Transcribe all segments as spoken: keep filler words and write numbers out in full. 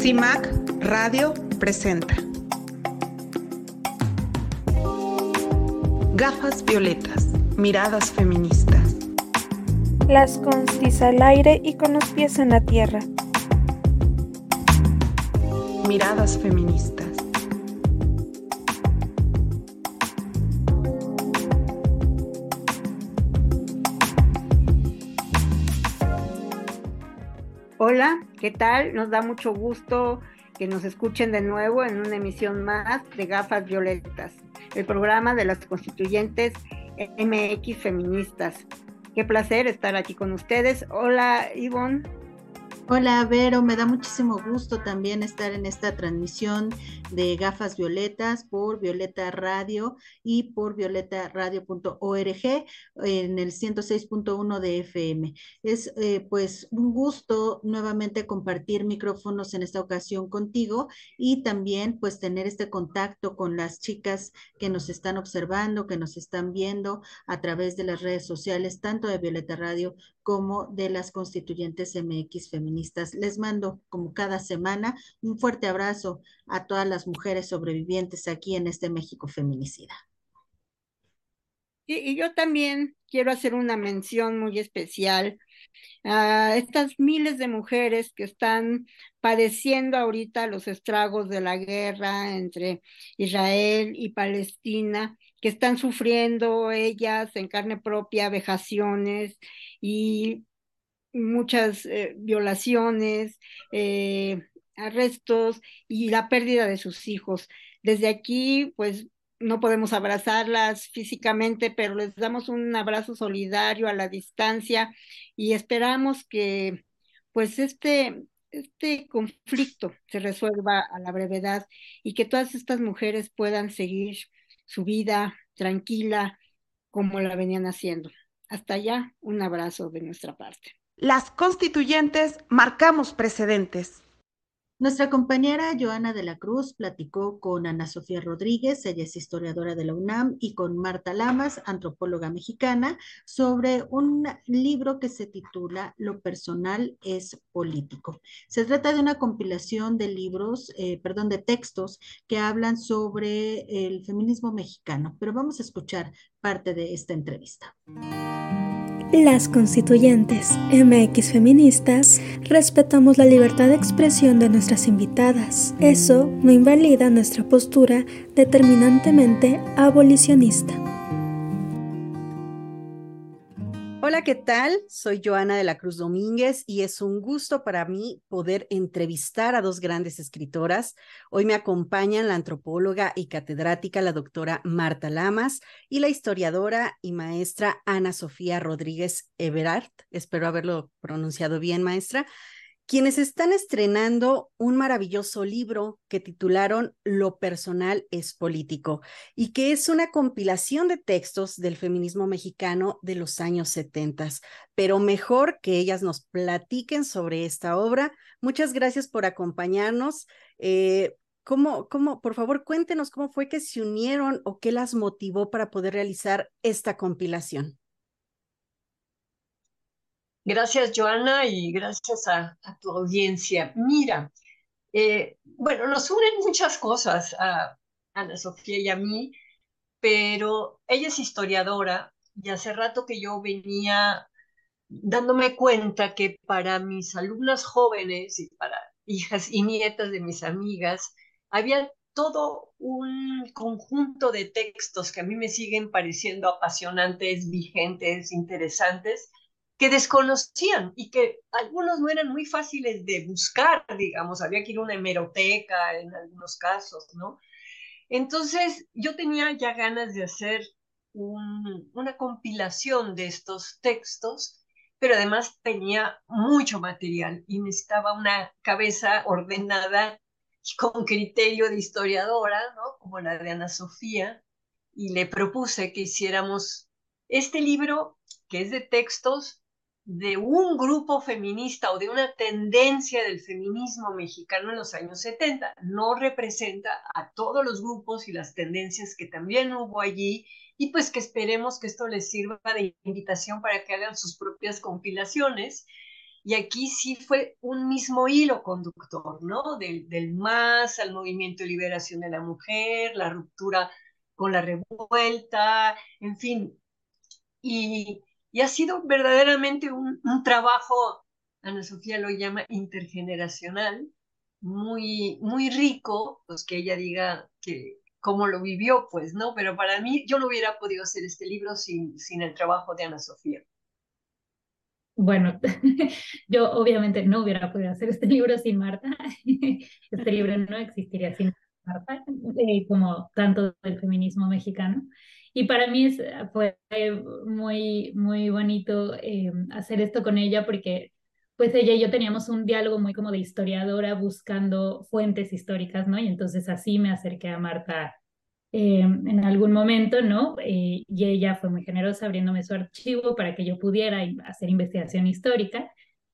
CIMAC Radio presenta Gafas violetas, miradas feministas. Las constis al aire y con los pies en la tierra. Miradas feministas. Hola, ¿qué tal? Nos da mucho gusto que nos escuchen de nuevo en una emisión más de Gafas Violetas, el programa de las constituyentes M X feministas. Qué placer estar aquí con ustedes. Hola, Ivonne. Hola, Vero, me da muchísimo gusto también estar en esta transmisión de Gafas Violetas por Violeta Radio y por violeta radio punto org en el ciento seis punto uno de F M. Es eh, pues un gusto nuevamente compartir micrófonos en esta ocasión contigo y también pues tener este contacto con las chicas que nos están observando, que nos están viendo a través de las redes sociales, tanto de Violeta Radio como de las constituyentes M X feministas. Les mando, como cada semana, un fuerte abrazo a todas las mujeres sobrevivientes aquí en este México feminicida. Y, y yo también quiero hacer una mención muy especial a estas miles de mujeres que están padeciendo ahorita los estragos de la guerra entre Israel y Palestina, que están sufriendo ellas en carne propia vejaciones y muchas eh, violaciones, eh, arrestos y la pérdida de sus hijos. Desde aquí, pues no podemos abrazarlas físicamente, pero les damos un abrazo solidario a la distancia y esperamos que pues este, este conflicto se resuelva a la brevedad y que todas estas mujeres puedan seguir su vida tranquila como la venían haciendo. Hasta allá, un abrazo de nuestra parte. Las constituyentes marcamos precedentes. Nuestra compañera Joana de la Cruz platicó con Ana Sofía Rodríguez, ella es historiadora de la UNAM, y con Marta Lamas, antropóloga mexicana, sobre un libro que se titula Lo personal es político. Se trata de una compilación de libros, eh, perdón, de textos que hablan sobre el feminismo mexicano, pero vamos a escuchar parte de esta entrevista. Las constituyentes M X feministas respetamos la libertad de expresión de nuestras invitadas. Eso no invalida nuestra postura determinantemente abolicionista. Hola, ¿qué tal? Soy Joana de la Cruz Domínguez y es un gusto para mí poder entrevistar a dos grandes escritoras. Hoy me acompañan la antropóloga y catedrática, la doctora Marta Lamas, y la historiadora y maestra Ana Sofía Rodríguez Everard. Espero haberlo pronunciado bien, maestra. Quienes están estrenando un maravilloso libro que titularon Lo personal es político y que es una compilación de textos del feminismo mexicano de los años setenta. Pero mejor que ellas nos platiquen sobre esta obra. Muchas gracias por acompañarnos. Eh, ¿cómo, cómo, por favor, cuéntenos cómo fue que se unieron o qué las motivó para poder realizar esta compilación. Gracias, Joana, y gracias a, a tu audiencia. Mira, eh, bueno, nos unen muchas cosas a Ana Sofía y a mí, pero ella es historiadora y hace rato que yo venía dándome cuenta que para mis alumnas jóvenes y para hijas y nietas de mis amigas, había todo un conjunto de textos que a mí me siguen pareciendo apasionantes, vigentes, interesantes, que desconocían y que algunos no eran muy fáciles de buscar, digamos, había que ir a una hemeroteca en algunos casos, ¿no? Entonces yo tenía ya ganas de hacer un, una compilación de estos textos, pero además tenía mucho material y necesitaba una cabeza ordenada con criterio de historiadora, ¿no? Como la de Ana Sofía, y le propuse que hiciéramos este libro, que es de textos de un grupo feminista o de una tendencia del feminismo mexicano en los años setenta. No representa a todos los grupos y las tendencias que también hubo allí, y pues que esperemos que esto les sirva de invitación para que hagan sus propias compilaciones. y aquí sí fue un mismo hilo conductor, ¿no? Del, del M A S al movimiento de liberación de la mujer, la ruptura con la revuelta, en fin, y, y ha sido verdaderamente un, un trabajo, Ana Sofía lo llama intergeneracional, muy, muy rico, pues que ella diga que cómo lo vivió, pues, ¿no? Pero para mí, yo no hubiera podido hacer este libro sin, sin el trabajo de Ana Sofía. Bueno, yo obviamente no hubiera podido hacer este libro sin Marta. Este libro no existiría sin Marta, eh, como tanto del feminismo mexicano. Y para mí es, fue muy, muy bonito eh, hacer esto con ella porque pues ella y yo teníamos un diálogo muy como de historiadora buscando fuentes históricas, ¿no? Y entonces así me acerqué a Marta eh, en algún momento, ¿no? Eh, y ella fue muy generosa abriéndome su archivo para que yo pudiera hacer investigación histórica.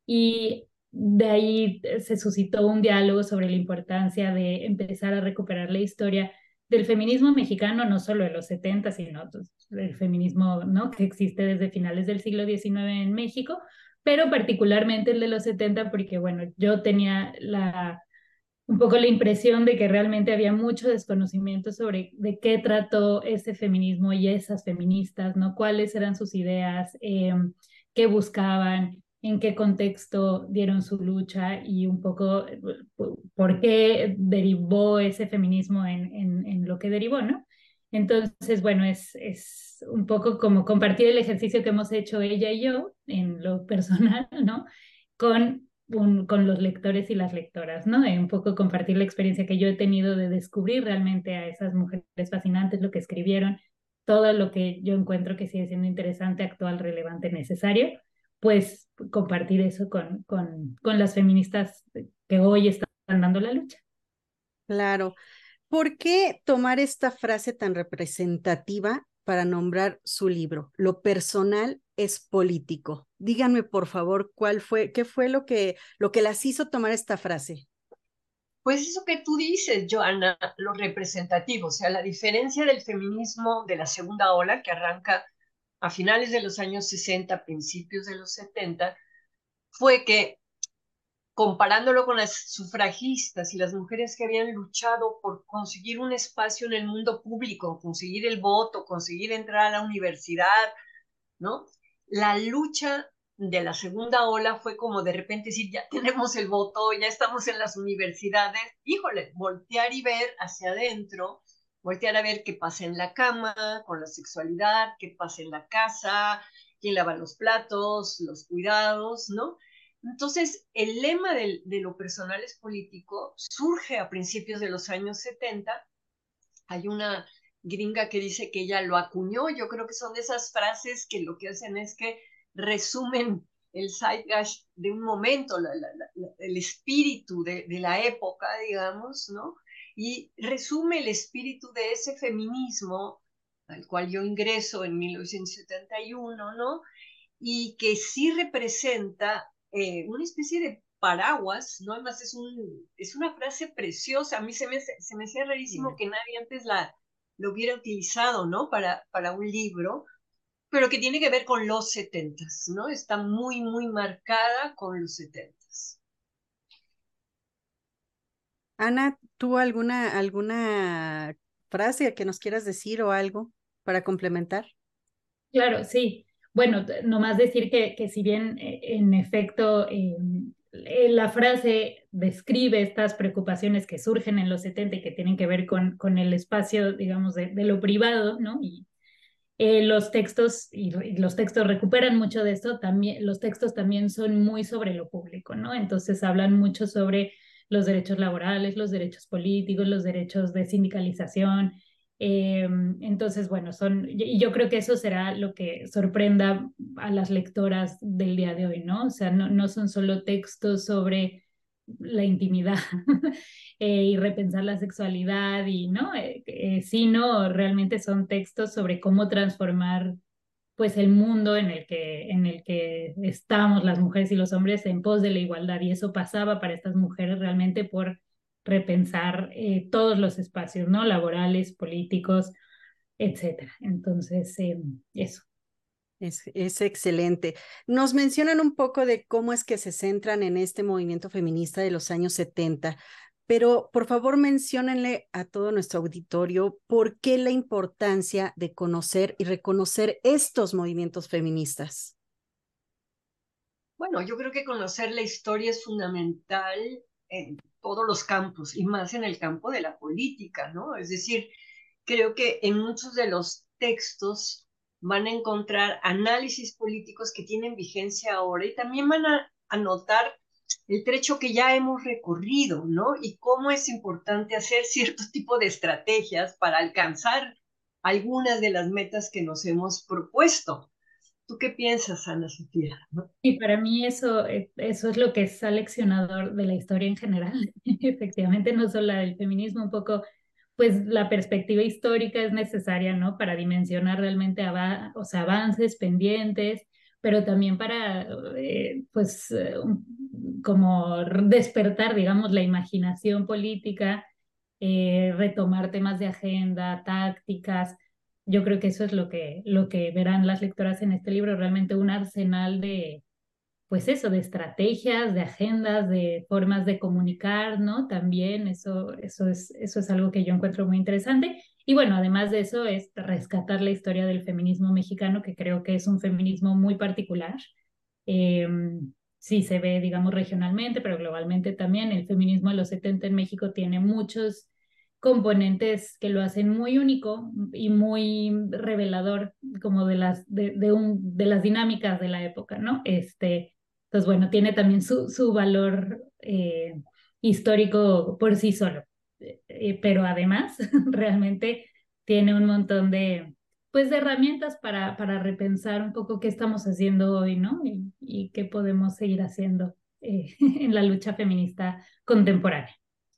Y de ahí se suscitó un diálogo sobre la importancia de empezar a recuperar la historia del feminismo mexicano, no solo de los setenta, sino del feminismo, ¿no? Que existe desde finales del siglo diecinueve en México, pero particularmente el de los setenta, porque, bueno, yo tenía la un poco la impresión de que realmente había mucho desconocimiento sobre de qué trató ese feminismo y esas feministas, ¿no? Cuáles eran sus ideas, eh, qué buscaban, en qué contexto dieron su lucha y un poco eh, por qué derivó ese feminismo en, en, en lo que derivó, ¿no? Entonces, bueno, es, es un poco como compartir el ejercicio que hemos hecho ella y yo en lo personal, ¿no? Con un, con los lectores y las lectoras, ¿no? De un poco compartir la experiencia que yo he tenido de descubrir realmente a esas mujeres fascinantes, lo que escribieron, todo lo que yo encuentro que sigue siendo interesante, actual, relevante, necesario, pues compartir eso con, con, con las feministas que hoy están dando la lucha. Claro. ¿Por qué tomar esta frase tan representativa para nombrar su libro? Lo personal es político. Díganme, por favor, cuál fue, qué fue lo que, lo que las hizo tomar esta frase. Pues eso que tú dices, Joana, lo representativo, o sea, la diferencia del feminismo de la segunda ola, que arranca a finales de los años sesenta, principios de los setenta, fue que comparándolo con las sufragistas y las mujeres que habían luchado por conseguir un espacio en el mundo público, conseguir el voto, conseguir entrar a la universidad, ¿no? La lucha de la segunda ola fue como de repente decir, ya tenemos el voto, ya estamos en las universidades, híjole, voltear y ver hacia adentro, voltear a ver qué pasa en la cama, con la sexualidad, qué pasa en la casa, quién lava los platos, los cuidados, ¿no? Entonces, el lema de, de lo personal es político surge a principios de los años setenta. Hay una gringa que dice que ella lo acuñó. Yo creo que son de esas frases que lo que hacen es que resumen el zeitgeist de un momento, la, la, la, el espíritu de, de la época, digamos, ¿no? Y resume el espíritu de ese feminismo al cual yo ingreso en mil novecientos setenta y uno, ¿no? Y que sí representa eh, una especie de paraguas, ¿no? Además es, un, es una frase preciosa, a mí se me, se me hacía rarísimo que nadie antes la, lo hubiera utilizado, ¿no? Para, para un libro, pero que tiene que ver con los setentas, ¿no? Está muy, muy marcada con los setentas. Ana, ¿tú alguna, alguna frase que nos quieras decir o algo para complementar? Claro, sí. Bueno, nomás decir que, que si bien eh, en efecto eh, la frase describe estas preocupaciones que surgen en los setenta y que tienen que ver con, con el espacio, digamos, de, de lo privado, ¿no? Y eh, los textos, y, y los textos recuperan mucho de esto, también, los textos también son muy sobre lo público, ¿no? Entonces hablan mucho sobre los derechos laborales, los derechos políticos, los derechos de sindicalización. Eh, entonces, bueno, son, y yo creo que eso será lo que sorprenda a las lectoras del día de hoy, ¿no? O sea, no, no son solo textos sobre la intimidad eh, y repensar la sexualidad y no, eh, eh, sino realmente son textos sobre cómo transformar pues el mundo en el que en el que estamos las mujeres y los hombres en pos de la igualdad, y eso pasaba para estas mujeres realmente por repensar eh, todos los espacios, ¿no? Laborales, políticos, etcétera. Entonces, eh, eso. Es, es excelente. Nos mencionan un poco de cómo es que se centran en este movimiento feminista de los años setenta, pero por favor menciónenle a todo nuestro auditorio por qué la importancia de conocer y reconocer estos movimientos feministas. Bueno, yo creo que conocer la historia es fundamental en todos los campos y más en el campo de la política, ¿no? Es decir, creo que en muchos de los textos van a encontrar análisis políticos que tienen vigencia ahora y también van a, a notar el trecho que ya hemos recorrido, ¿no? Y cómo es importante hacer cierto tipo de estrategias para alcanzar algunas de las metas que nos hemos propuesto. ¿Tú qué piensas, Ana Sofía? ¿No? Y para mí eso, eh, eso es lo que es aleccionador de la historia en general. Efectivamente, no solo la del feminismo, un poco, pues la perspectiva histórica es necesaria, ¿no? Para dimensionar realmente ava- o sea, avances pendientes, pero también para, eh, pues, eh, un- como despertar, digamos, la imaginación política, eh, retomar temas de agenda, tácticas. Yo creo que eso es lo que, lo que verán las lectoras en este libro, realmente un arsenal de, pues eso, de estrategias, de agendas, de formas de comunicar, ¿no? También eso, eso es, eso es algo que yo encuentro muy interesante. Y bueno, además de eso es rescatar la historia del feminismo mexicano, que creo que es un feminismo muy particular. Eh, sí se ve, digamos, regionalmente, pero globalmente también. El feminismo de los setenta en México tiene muchos componentes que lo hacen muy único y muy revelador como de las, de, de, un, de las dinámicas de la época, ¿no? Este, entonces, bueno, tiene también su, su valor eh, histórico por sí solo, eh, pero además realmente tiene un montón de, pues, de herramientas para, para repensar un poco qué estamos haciendo hoy, ¿no? Y, y qué podemos seguir haciendo eh, en la lucha feminista contemporánea.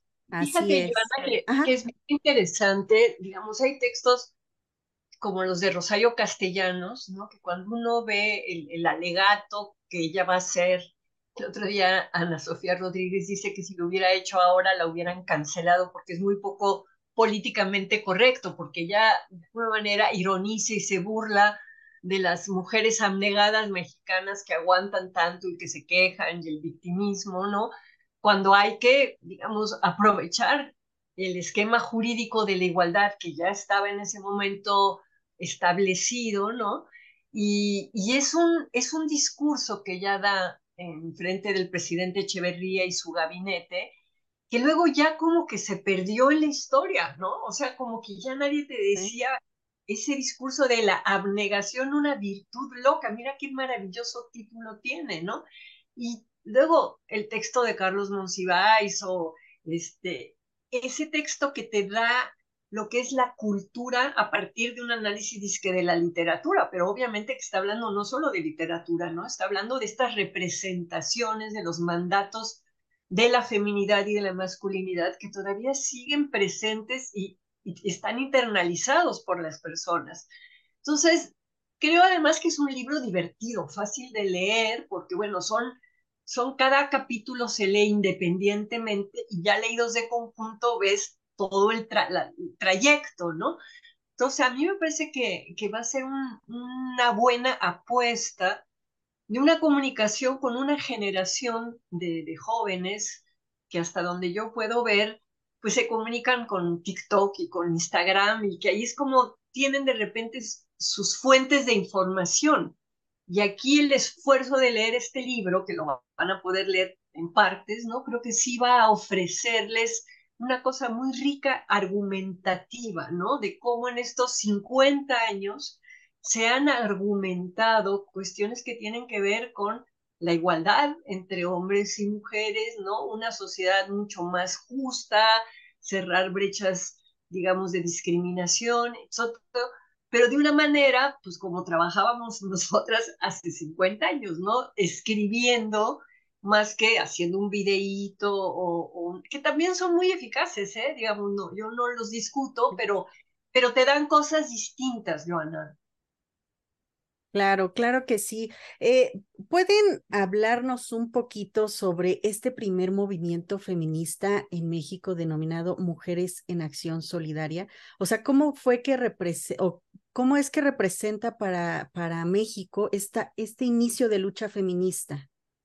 Así Fíjate, es. Joana, que, que Ajá. es bien interesante, digamos, hay textos como los de Rosario Castellanos, ¿no? Que cuando uno ve el, el alegato que ella va a hacer, el otro día Ana Sofía Rodríguez dice que si lo hubiera hecho ahora la hubieran cancelado porque es muy poco políticamente correcto, porque ella de alguna manera ironiza y se burla de las mujeres abnegadas mexicanas que aguantan tanto y que se quejan y el victimismo, ¿no? Cuando hay que, digamos, aprovechar el esquema jurídico de la igualdad que ya estaba en ese momento establecido, ¿no? Y, y es, un, es un discurso que ya da en frente del presidente Echeverría y su gabinete, que luego ya como que se perdió en la historia, ¿no? O sea, como que ya nadie te Sí. decía ese discurso de la abnegación, una virtud loca, mira qué maravilloso título tiene, ¿no? Y luego el texto de Carlos Monsiváis o este, ese texto que te da lo que es la cultura a partir de un análisis disque de la literatura, pero obviamente que está hablando no solo de literatura, ¿no? Está hablando de estas representaciones de los mandatos de la feminidad y de la masculinidad que todavía siguen presentes y, y están internalizados por las personas. Entonces, creo además que es un libro divertido, fácil de leer, porque bueno, son son cada capítulo se lee independientemente y ya leídos de conjunto ves todo el, tra la, el trayecto, ¿no? Entonces, a mí me parece que, que va a ser un, una buena apuesta de una comunicación con una generación de, de jóvenes que hasta donde yo puedo ver, pues se comunican con TikTok y con Instagram y que ahí es como tienen de repente sus fuentes de información. Y aquí el esfuerzo de leer este libro, que lo van a poder leer en partes, ¿no? Creo que sí va a ofrecerles una cosa muy rica, argumentativa, ¿no? De cómo en estos cincuenta años se han argumentado cuestiones que tienen que ver con la igualdad entre hombres y mujeres, ¿no? Una sociedad mucho más justa, cerrar brechas, digamos, de discriminación, etcétera, pero de una manera, pues como trabajábamos nosotras hace cincuenta años, ¿no? Escribiendo más que haciendo un videíto o, o que también son muy eficaces, ¿eh? Digamos, no, yo no los discuto, pero, pero te dan cosas distintas, Joana. Claro, claro que sí. Eh, ¿pueden hablarnos un poquito sobre este primer movimiento feminista en México denominado Mujeres en Acción Solidaria? O sea, ¿cómo fue que representó, ¿cómo es que representa para, para México esta, este inicio de lucha feminista?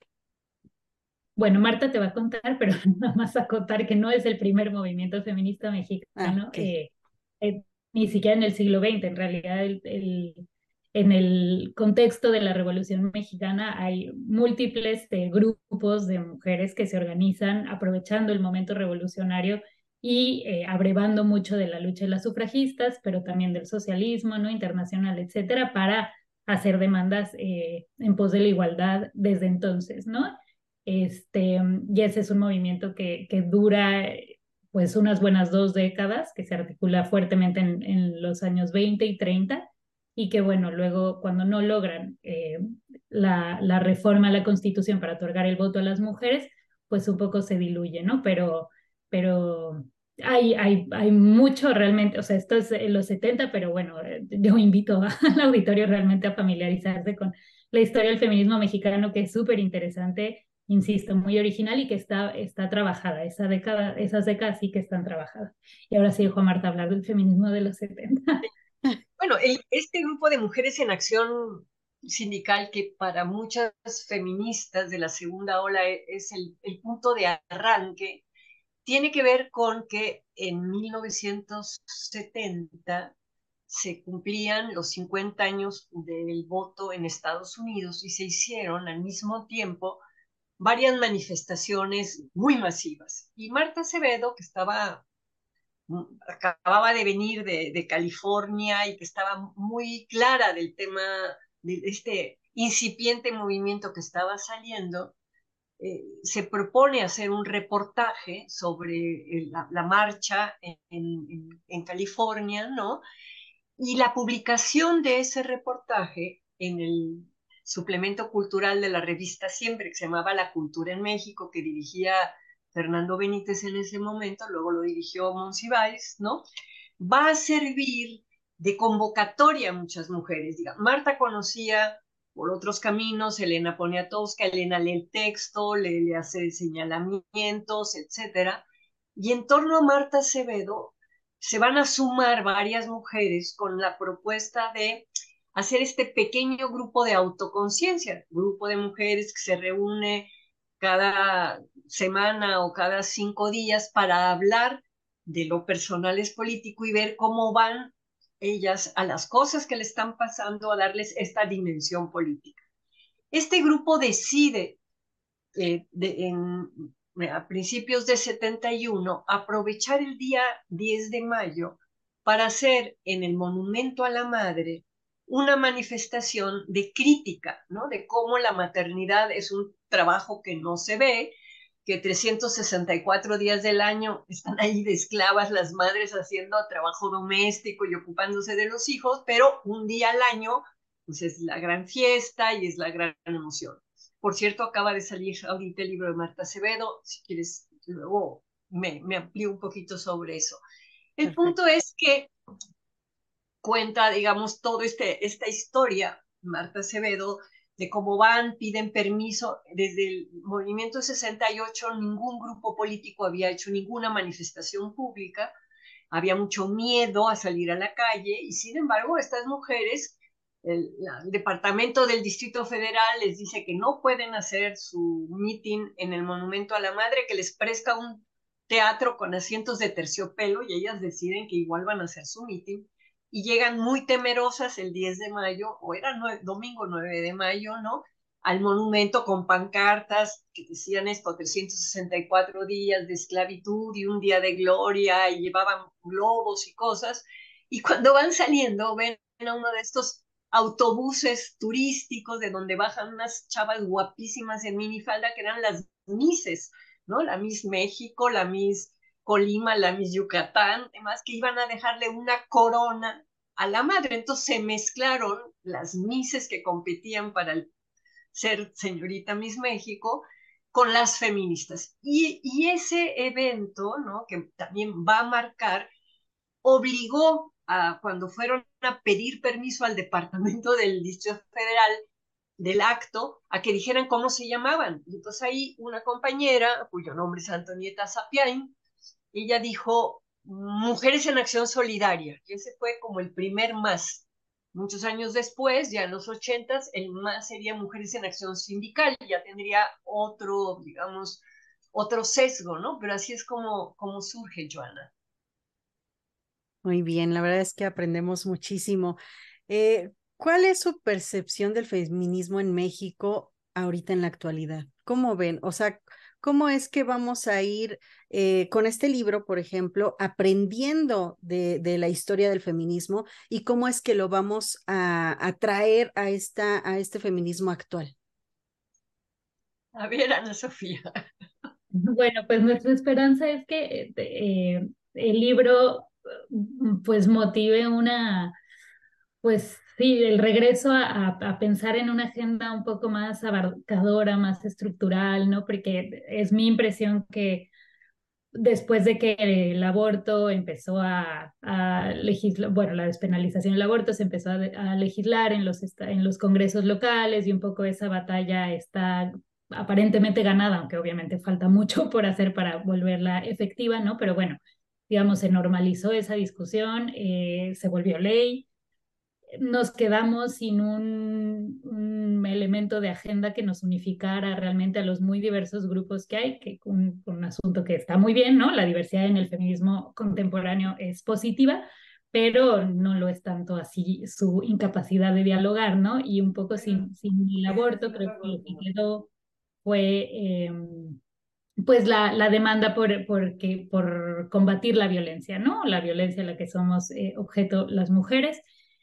Bueno, Marta te va a contar, pero nada más a contar que no es el primer movimiento feminista Ah, mexicano, ok. eh, eh, ni siquiera en el siglo veinte. En realidad, el, el, en el contexto de la Revolución Mexicana hay múltiples eh, grupos de mujeres que se organizan aprovechando el momento revolucionario y eh, abrevando mucho de la lucha de las sufragistas, pero también del socialismo, ¿no? Internacional, etcétera, para hacer demandas eh, en pos de la igualdad desde entonces, ¿no? Este, y ese es un movimiento que, que dura pues unas buenas dos décadas, que se articula fuertemente en, en los años veinte y treinta, y que bueno, luego cuando no logran eh, la, la reforma a la Constitución para otorgar el voto a las mujeres, pues un poco se diluye, ¿no? Pero, pero hay, hay, hay mucho realmente, o sea, esto es en los setenta, pero bueno, yo invito al auditorio realmente a familiarizarse con la historia del feminismo mexicano, que es súper interesante, insisto, muy original y que está, está trabajada. Esa década, esas décadas sí que están trabajadas. Y ahora sí dejo a Marta hablar del feminismo de los setenta. Bueno, el, este grupo de mujeres en acción sindical, que para muchas feministas de la segunda ola e- es el, el punto de arranque, tiene que ver con que en mil novecientos setenta se cumplían los cincuenta años del voto en Estados Unidos y se hicieron al mismo tiempo varias manifestaciones muy masivas. Y Marta Acevedo, que estaba, acababa de venir de, de California y que estaba muy clara del tema, de este incipiente movimiento que estaba saliendo, eh, se propone hacer un reportaje sobre el, la, la, marcha en, en, en California, ¿no? Y la publicación de ese reportaje en el suplemento cultural de la revista Siempre, que se llamaba La Cultura en México, que dirigía Fernando Benítez en ese momento, luego lo dirigió Monsiváis, ¿no? Va a servir de convocatoria a muchas mujeres. Diga, Marta conocía por otros caminos, Elena Poniatowska, Elena lee el texto, le, le hace señalamientos, etcétera. Y en torno a Marta Acevedo se van a sumar varias mujeres con la propuesta de hacer este pequeño grupo de autoconciencia, grupo de mujeres que se reúne cada semana o cada cinco días para hablar de lo personal es político y ver cómo van ellas a las cosas que le están pasando, a darles esta dimensión política. Este grupo decide eh, de, en, a principios de setenta y uno aprovechar el día diez de mayo para hacer en el Monumento a la Madre una manifestación de crítica, ¿no? De cómo la maternidad es un trabajo que no se ve, que trescientos sesenta y cuatro días del año están ahí de esclavas las madres haciendo trabajo doméstico y ocupándose de los hijos, pero un día al año pues es la gran fiesta y es la gran emoción. Por cierto, acaba de salir ahorita el libro de Marta Acevedo, si quieres luego me, me amplío un poquito sobre eso. El Perfecto. punto es que cuenta, digamos, toda este, esta historia, Marta Acevedo, de cómo van, piden permiso. Desde el movimiento sesenta y ocho ningún grupo político había hecho ninguna manifestación pública, había mucho miedo a salir a la calle y sin embargo estas mujeres, el, la, el departamento del Distrito Federal les dice que no pueden hacer su meeting en el Monumento a la Madre, que les presta un teatro con asientos de terciopelo y ellas deciden que igual van a hacer su meeting y llegan muy temerosas el diez de mayo, o era nueve, domingo nueve de mayo, ¿no? Al monumento con pancartas que decían esto, trescientos sesenta y cuatro días de esclavitud y un día de gloria, y llevaban globos y cosas, y cuando van saliendo ven a uno de estos autobuses turísticos de donde bajan unas chavas guapísimas en minifalda que eran las Misses, ¿no? La Miss México, la Miss Colima, la Miss Yucatán, además que iban a dejarle una corona a la madre. Entonces se mezclaron las Misses que competían para el ser señorita Miss México con las feministas. Y, y ese evento, ¿no? Que también va a marcar, obligó a, cuando fueron a pedir permiso al departamento del Distrito Federal del acto, a que dijeran cómo se llamaban. Y entonces ahí una compañera, cuyo nombre es Antonieta Sapiain, ella dijo Mujeres en Acción Solidaria, y ese fue como el primer más. Muchos años después, ya en los ochentas, el M A S sería Mujeres en Acción Sindical, ya tendría otro, digamos, otro sesgo, ¿no? Pero así es como, como surge, Joana. Muy bien, la verdad es que aprendemos muchísimo. Eh, ¿cuál es su percepción del feminismo en México ahorita en la actualidad? ¿Cómo ven? O sea, ¿cómo es que vamos a ir eh, con este libro, por ejemplo, aprendiendo de, de la historia del feminismo y cómo es que lo vamos a, a traer a, esta, a este feminismo actual? A ver, Ana Sofía. Bueno, pues nuestra esperanza es que eh, el libro pues motive una, pues sí, el regreso a, a, a pensar en una agenda un poco más abarcadora, más estructural, ¿no? Porque es mi impresión que después de que el aborto empezó a, a legislar, bueno, la despenalización del aborto se empezó a, a legislar en los, en los congresos locales y un poco esa batalla está aparentemente ganada, aunque obviamente falta mucho por hacer para volverla efectiva, ¿no? Pero bueno, digamos, se normalizó esa discusión, eh, se volvió ley, nos quedamos sin un, un, elemento de agenda que nos unificara realmente a los muy diversos grupos que hay, que un, un asunto que está muy bien, ¿no? La diversidad en el feminismo contemporáneo es positiva, pero no lo es tanto así su incapacidad de dialogar, ¿no? Y un poco sin, sin el aborto, creo que lo que quedó fue... Eh, pues la, la demanda por, por, que, por combatir la violencia, ¿no? La violencia a la que somos eh, objeto las mujeres.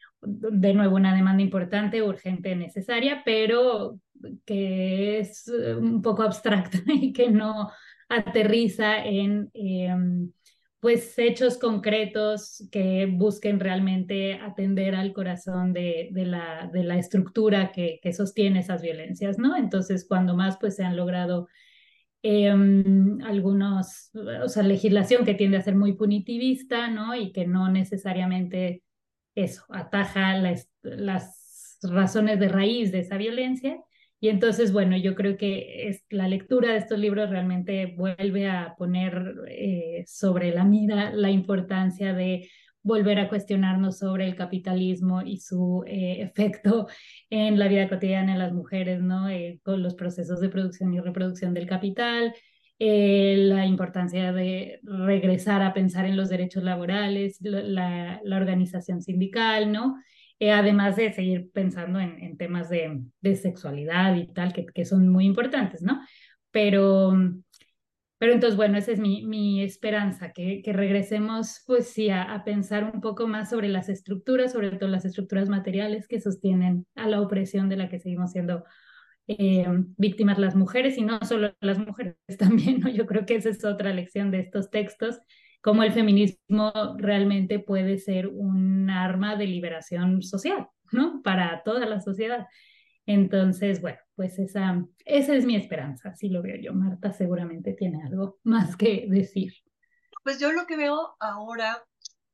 De nuevo, una demanda importante, urgente, necesaria, pero que es un poco abstracta y que no aterriza en eh, pues hechos concretos que busquen realmente atender al corazón de, de, la, de la estructura que, que sostiene esas violencias, ¿no? Entonces, cuando más pues se han logrado eh, algunos, o sea, legislación que tiende a ser muy punitivista, ¿no? Y que no necesariamente eso, ataja la, las razones de raíz de esa violencia. Y entonces, bueno, yo creo que es, la lectura de estos libros realmente vuelve a poner eh, sobre la mira la importancia de volver a cuestionarnos sobre el capitalismo y su eh, efecto en la vida cotidiana de las mujeres, ¿no? Eh, con los procesos de producción y reproducción del capital, eh, la importancia de regresar a pensar en los derechos laborales, la, la organización sindical, ¿no? Eh, además de seguir pensando en, en temas de, de, sexualidad y tal, que, que son muy importantes, ¿no? Pero... Pero entonces, bueno, esa es mi, mi esperanza, que, que regresemos, pues sí, a, a pensar un poco más sobre las estructuras, sobre todo las estructuras materiales que sostienen a la opresión de la que seguimos siendo eh, víctimas las mujeres, y no solo las mujeres también, ¿no? Yo creo que esa es otra lección de estos textos, cómo el feminismo realmente puede ser un arma de liberación social, ¿no? Para toda la sociedad. Entonces, bueno, pues esa, esa es mi esperanza, así lo veo yo. Marta seguramente tiene algo más que decir. Pues yo lo que veo ahora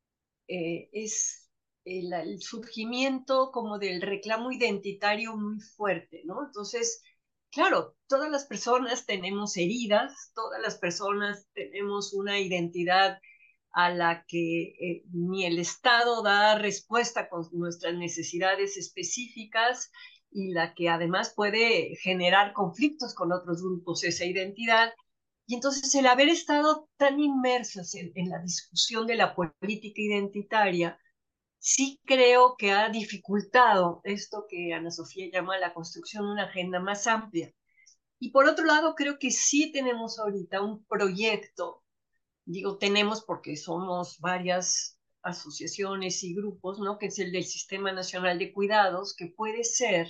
eh, es el, el surgimiento como del reclamo identitario muy fuerte, ¿no? Entonces, claro, todas las personas tenemos heridas, todas las personas tenemos una identidad a la que eh, ni el Estado da respuesta con nuestras necesidades específicas y la que además puede generar conflictos con otros grupos, esa identidad. Y entonces el haber estado tan inmersos en, en la discusión de la política identitaria, sí creo que ha dificultado esto que Ana Sofía llama la construcción de una agenda más amplia. Y por otro lado, creo que sí tenemos ahorita un proyecto, digo tenemos porque somos varias asociaciones y grupos, ¿no? Que es el del Sistema Nacional de Cuidados, que puede ser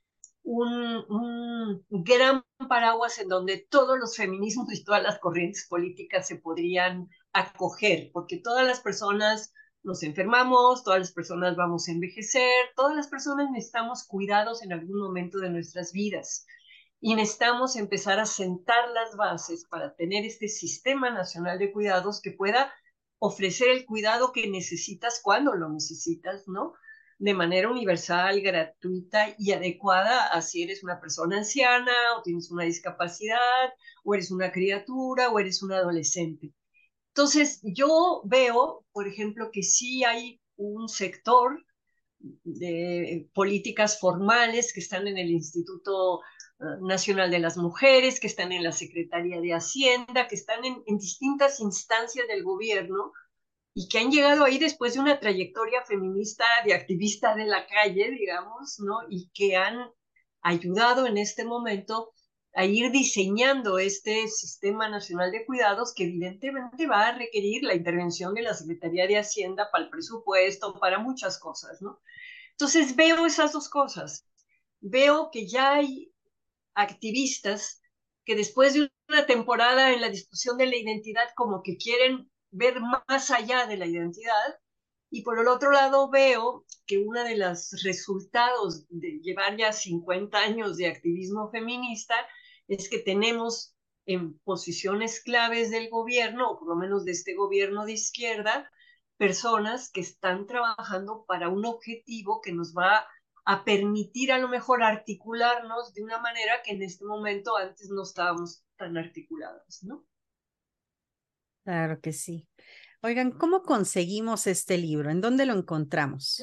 un, un gran paraguas en donde todos los feminismos y todas las corrientes políticas se podrían acoger, porque todas las personas nos enfermamos, todas las personas vamos a envejecer, todas las personas necesitamos cuidados en algún momento de nuestras vidas y necesitamos empezar a sentar las bases para tener este sistema nacional de cuidados que pueda ofrecer el cuidado que necesitas cuando lo necesitas, ¿no? De manera universal, gratuita y adecuada a si eres una persona anciana o tienes una discapacidad o eres una criatura o eres un adolescente. Entonces, yo veo, por ejemplo, que sí hay un sector de políticas formales que están en el Instituto Nacional de las Mujeres, que están en la Secretaría de Hacienda, que están en, en distintas instancias del gobierno y que han llegado ahí después de una trayectoria feminista, de activista de la calle, digamos, ¿no? Y que han ayudado en este momento a ir diseñando este Sistema Nacional de Cuidados que evidentemente va a requerir la intervención de la Secretaría de Hacienda para el presupuesto, para muchas cosas, ¿no? Entonces veo esas dos cosas. Veo que ya hay activistas que después de una temporada en la discusión de la identidad como que quieren ver más allá de la identidad, y por el otro lado veo que uno de los resultados de llevar ya cincuenta años de activismo feminista es que tenemos en posiciones claves del gobierno, o por lo menos de este gobierno de izquierda, personas que están trabajando para un objetivo que nos va a permitir a lo mejor articularnos de una manera que en este momento antes no estábamos tan articuladas, ¿no? Claro que sí. Oigan, ¿cómo conseguimos este libro? ¿En dónde lo encontramos?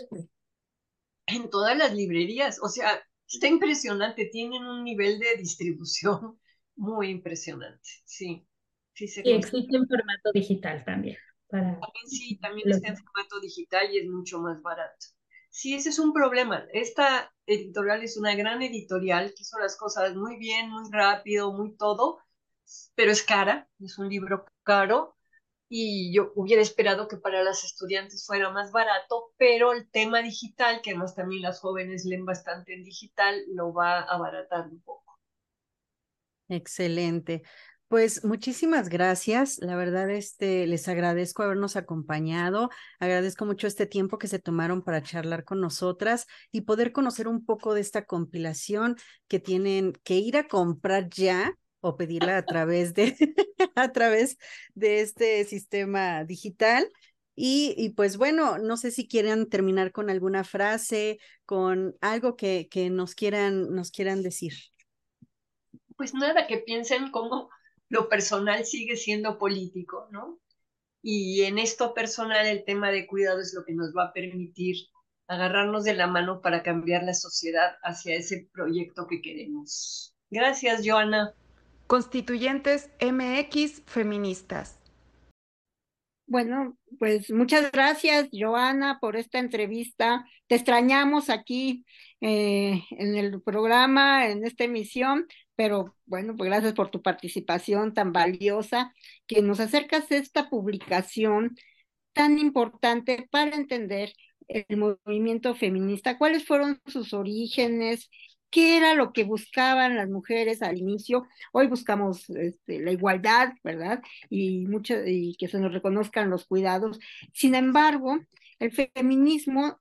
En todas las librerías, o sea, está impresionante, tienen un nivel de distribución muy impresionante, sí. Sí, se Y existe en formato digital también. Para también sí, también los... está en formato digital y es mucho más barato. Sí, ese es un problema. Esta editorial es una gran editorial que hizo las cosas muy bien, muy rápido, muy todo, pero es cara, es un libro caro y yo hubiera esperado que para las estudiantes fuera más barato, pero el tema digital, que además también las jóvenes leen bastante en digital, lo va a abaratar un poco. Excelente. Pues muchísimas gracias. La verdad, este, les agradezco habernos acompañado. Agradezco mucho este tiempo que se tomaron para charlar con nosotras y poder conocer un poco de esta compilación que tienen que ir a comprar ya o pedirla a través de, a través de este sistema digital. Y, y pues bueno, no sé si quieren terminar con alguna frase, con algo que, que nos quieran, nos quieran decir. Pues nada, que piensen cómo lo personal sigue siendo político, ¿no? Y en esto personal el tema de cuidado es lo que nos va a permitir agarrarnos de la mano para cambiar la sociedad hacia ese proyecto que queremos. Gracias, Joana. Constituyentes M X Feministas. Bueno, pues muchas gracias, Joana, por esta entrevista. Te extrañamos aquí eh, en el programa, en esta emisión, pero bueno, pues gracias por tu participación tan valiosa, que nos acercas a esta publicación tan importante para entender el movimiento feminista, cuáles fueron sus orígenes, qué era lo que buscaban las mujeres al inicio. Hoy buscamos este, la igualdad, ¿verdad? Y, mucho, y que se nos reconozcan los cuidados. Sin embargo, el feminismo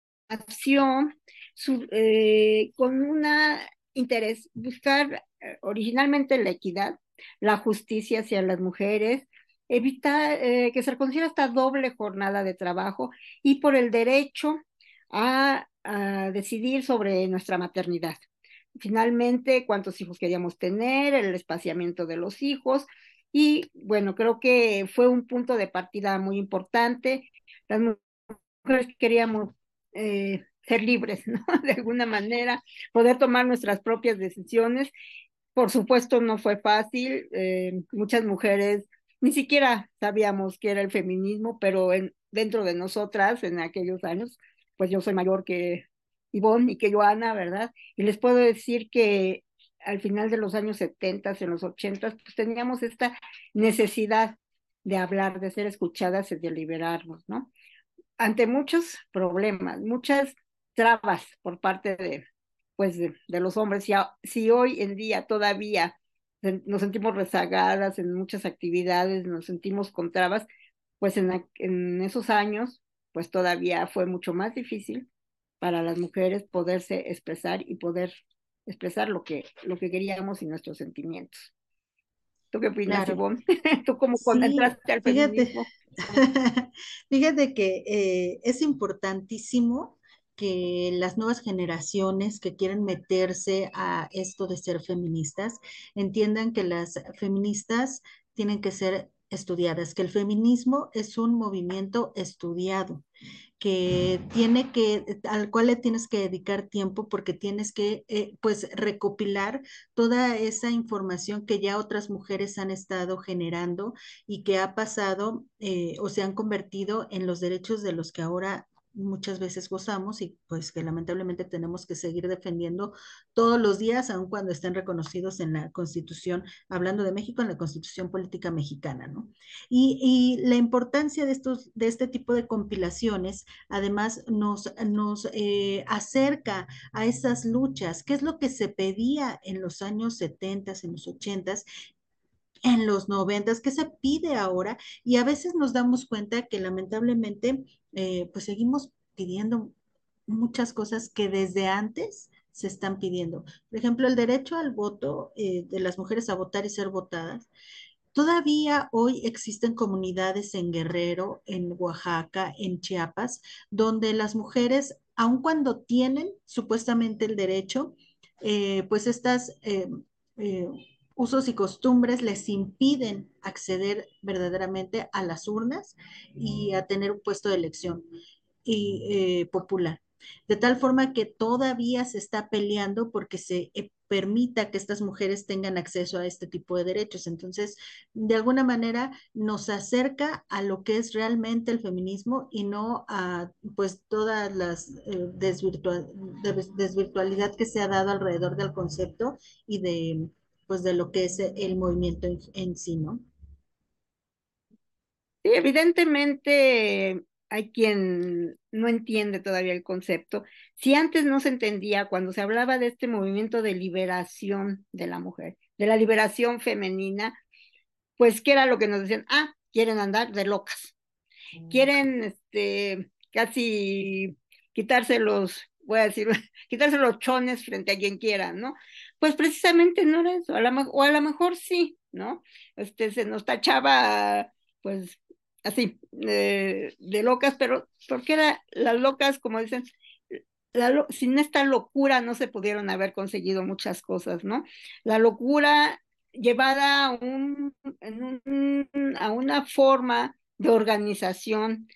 nació su, eh, con un interés, buscar eh, originalmente la equidad, la justicia hacia las mujeres, evitar eh, que se reconociera esta doble jornada de trabajo y por el derecho a, a decidir sobre nuestra maternidad. Finalmente, cuántos hijos queríamos tener, el espaciamiento de los hijos, y bueno, creo que fue un punto de partida muy importante. Las mujeres queríamos eh, ser libres, ¿no? De alguna manera, poder tomar nuestras propias decisiones. Por supuesto, no fue fácil. Eh, muchas mujeres ni siquiera sabíamos qué era el feminismo, pero en, dentro de nosotras, en aquellos años, pues yo soy mayor que Ivonne y que Joana, ¿verdad? Y les puedo decir que al final de los años setenta, en los ochenta, pues teníamos esta necesidad de hablar, de ser escuchadas y de liberarnos, ¿no? Ante muchos problemas, muchas trabas por parte de, pues, de, de los hombres. Si, a, si hoy en día todavía nos sentimos rezagadas en muchas actividades, nos sentimos con trabas, pues en, en esos años, pues todavía fue mucho más difícil para las mujeres poderse expresar y poder expresar lo que, lo que queríamos y nuestros sentimientos. ¿Tú qué opinas, claro. Ivonne? ¿Tú cómo Sí, entraste al feminismo? Fíjate, fíjate que eh, es importantísimo que las nuevas generaciones que quieren meterse a esto de ser feministas entiendan que las feministas tienen que ser estudiadas, que el feminismo es un movimiento estudiado, que tiene que, al cual le tienes que dedicar tiempo porque tienes que, eh, pues, recopilar toda esa información que ya otras mujeres han estado generando y que ha pasado eh, o se han convertido en los derechos de los que ahora muchas veces gozamos y pues que lamentablemente tenemos que seguir defendiendo todos los días, aun cuando estén reconocidos en la Constitución, hablando de México, en la Constitución Política Mexicana, ¿no? Y, y la importancia de, estos, de este tipo de compilaciones, además, nos, nos eh, acerca a esas luchas, qué es lo que se pedía en los años setenta, en los ochenta, en los noventas, qué se pide ahora, y a veces nos damos cuenta que lamentablemente, eh, pues seguimos pidiendo muchas cosas que desde antes se están pidiendo. Por ejemplo, el derecho al voto eh, de las mujeres a votar y ser votadas. Todavía hoy existen comunidades en Guerrero, en Oaxaca, en Chiapas, donde las mujeres, aun cuando tienen supuestamente el derecho, eh, pues estas eh, eh, usos y costumbres les impiden acceder verdaderamente a las urnas y a tener un puesto de elección y, eh, popular. De tal forma que todavía se está peleando porque se eh, permita que estas mujeres tengan acceso a este tipo de derechos. Entonces, de alguna manera nos acerca a lo que es realmente el feminismo y no a pues todas las eh, desvirtua des desvirtualidad que se ha dado alrededor del concepto y de pues de lo que es el movimiento en, en sí, ¿no? Sí, evidentemente hay quien no entiende todavía el concepto. Si antes no se entendía cuando se hablaba de este movimiento de liberación de la mujer, de la liberación femenina, pues ¿qué era lo que nos decían? Ah, quieren andar de locas, quieren este, casi quitarse los, voy a decir, quitarse los chones frente a quien quiera, ¿no? Pues precisamente no era eso, a la, o a lo mejor sí, ¿no? Este, se nos tachaba, pues, así, eh, de locas, pero porque era las locas, como dicen, la lo, sin esta locura no se pudieron haber conseguido muchas cosas, ¿no? La locura llevada a, un, un, a una forma de organización,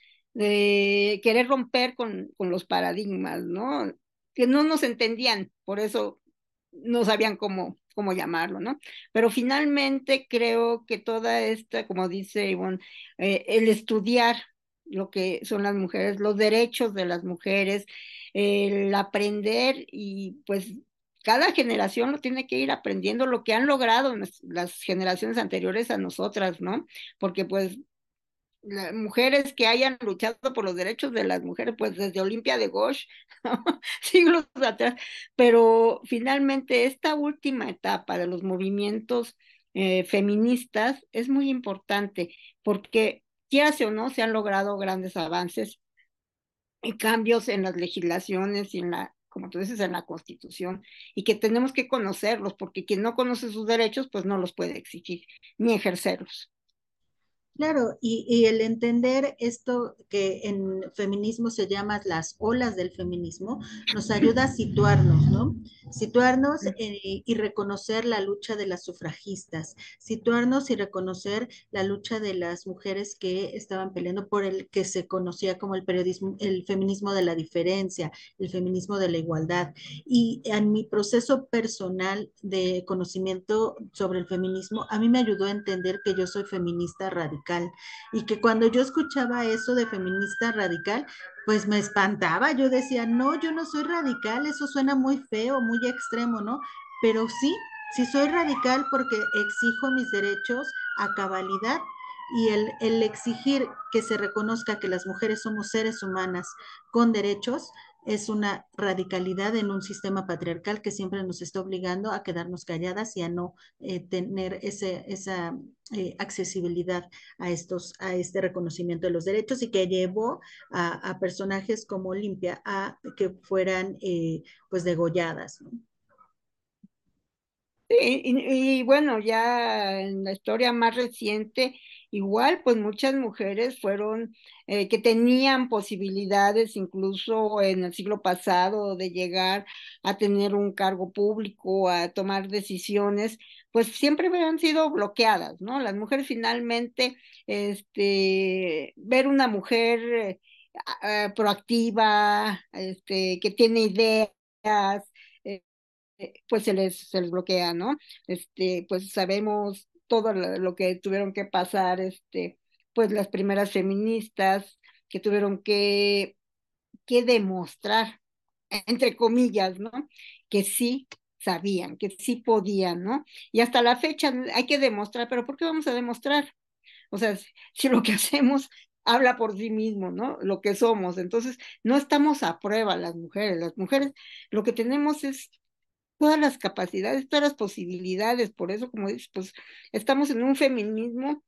de querer romper con, con los paradigmas, ¿no? Que no nos entendían, por eso no sabían cómo, cómo llamarlo, ¿no? Pero finalmente creo que toda esta, como dice Ivonne, eh, el estudiar lo que son las mujeres, los derechos de las mujeres, el aprender y pues cada generación lo tiene que ir aprendiendo lo que han logrado las generaciones anteriores a nosotras, ¿no? Porque pues las mujeres que hayan luchado por los derechos de las mujeres, pues desde Olimpia de Gauche, ¿no? Siglos atrás, pero finalmente esta última etapa de los movimientos eh, feministas es muy importante porque, quieras o no, se han logrado grandes avances y cambios en las legislaciones y en la, como tú dices, en la Constitución, y que tenemos que conocerlos, porque quien no conoce sus derechos, pues no los puede exigir ni ejercerlos. Claro, y, y el entender esto que en feminismo se llama las olas del feminismo, nos ayuda a situarnos, ¿no? Situarnos eh, y reconocer la lucha de las sufragistas, situarnos y reconocer la lucha de las mujeres que estaban peleando por el que se conocía como el periodismo, el feminismo de la diferencia, el feminismo de la igualdad. Y en mi proceso personal de conocimiento sobre el feminismo, a mí me ayudó a entender que yo soy feminista radical y que cuando yo escuchaba eso de feminista radical, pues me espantaba, yo decía, no, yo no soy radical, eso suena muy feo, muy extremo, ¿no? Pero sí, sí soy radical porque exijo mis derechos a cabalidad y el, el exigir que se reconozca que las mujeres somos seres humanas con derechos es una radicalidad en un sistema patriarcal que siempre nos está obligando a quedarnos calladas y a no eh, tener ese, esa eh, accesibilidad a, estos, a este reconocimiento de los derechos y que llevó a, a personajes como Olimpia a que fueran eh, pues degolladas, ¿no? Sí, y, y bueno, ya en la historia más reciente, igual, pues muchas mujeres fueron, eh, que tenían posibilidades incluso en el siglo pasado de llegar a tener un cargo público, a tomar decisiones, pues siempre habían sido bloqueadas, ¿no? Las mujeres finalmente, este, ver una mujer uh, proactiva, este, que tiene ideas, eh, pues se les, se les bloquea, ¿no? Este, pues sabemos todo lo, lo que tuvieron que pasar, este, pues las primeras feministas que tuvieron que, que demostrar, entre comillas, ¿no? Que sí sabían, que sí podían, ¿no? Y hasta la fecha hay que demostrar, pero ¿por qué vamos a demostrar? O sea, si, si lo que hacemos habla por sí mismo, ¿no? Lo que somos. Entonces, no estamos a prueba las mujeres. Las mujeres lo que tenemos es todas las capacidades, todas las posibilidades. Por eso, como dices, pues estamos en un feminismo,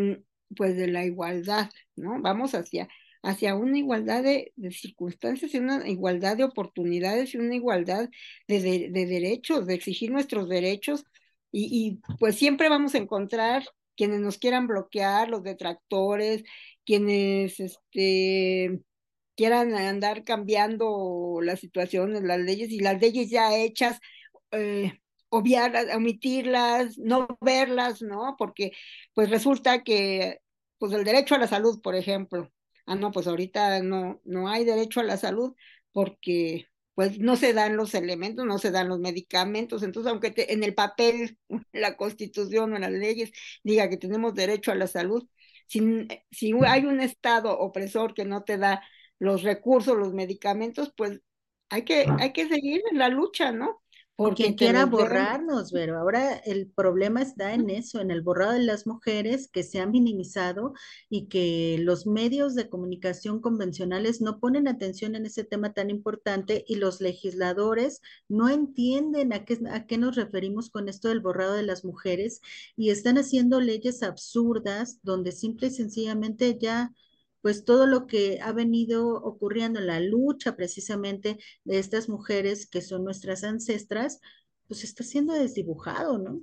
pues de la igualdad, ¿no? Vamos hacia, hacia una igualdad de, de circunstancias y una igualdad de oportunidades y una igualdad de, de, de derechos, de exigir nuestros derechos. Y, y pues siempre vamos a encontrar quienes nos quieran bloquear, los detractores, quienes este, quieran andar cambiando las situaciones, las leyes, y las leyes ya hechas, eh, obviarlas, omitirlas, no verlas, ¿no? Porque pues resulta que, pues el derecho a la salud, por ejemplo, ah, no, pues ahorita no, no hay derecho a la salud porque pues no se dan los elementos, no se dan los medicamentos. Entonces, aunque te, en el papel, la Constitución o las leyes diga que tenemos derecho a la salud, si, si hay un Estado opresor que no te da los recursos, los medicamentos, pues hay que, hay que seguir en la lucha, ¿no? Porque quien quiera borrarnos, Vero. Ahora el problema está en eso, en el borrado de las mujeres que se han minimizado y que los medios de comunicación convencionales no ponen atención en ese tema tan importante y los legisladores no entienden a qué, a qué nos referimos con esto del borrado de las mujeres y están haciendo leyes absurdas donde simple y sencillamente ya pues todo lo que ha venido ocurriendo en la lucha precisamente de estas mujeres que son nuestras ancestras, pues está siendo desdibujado, ¿no?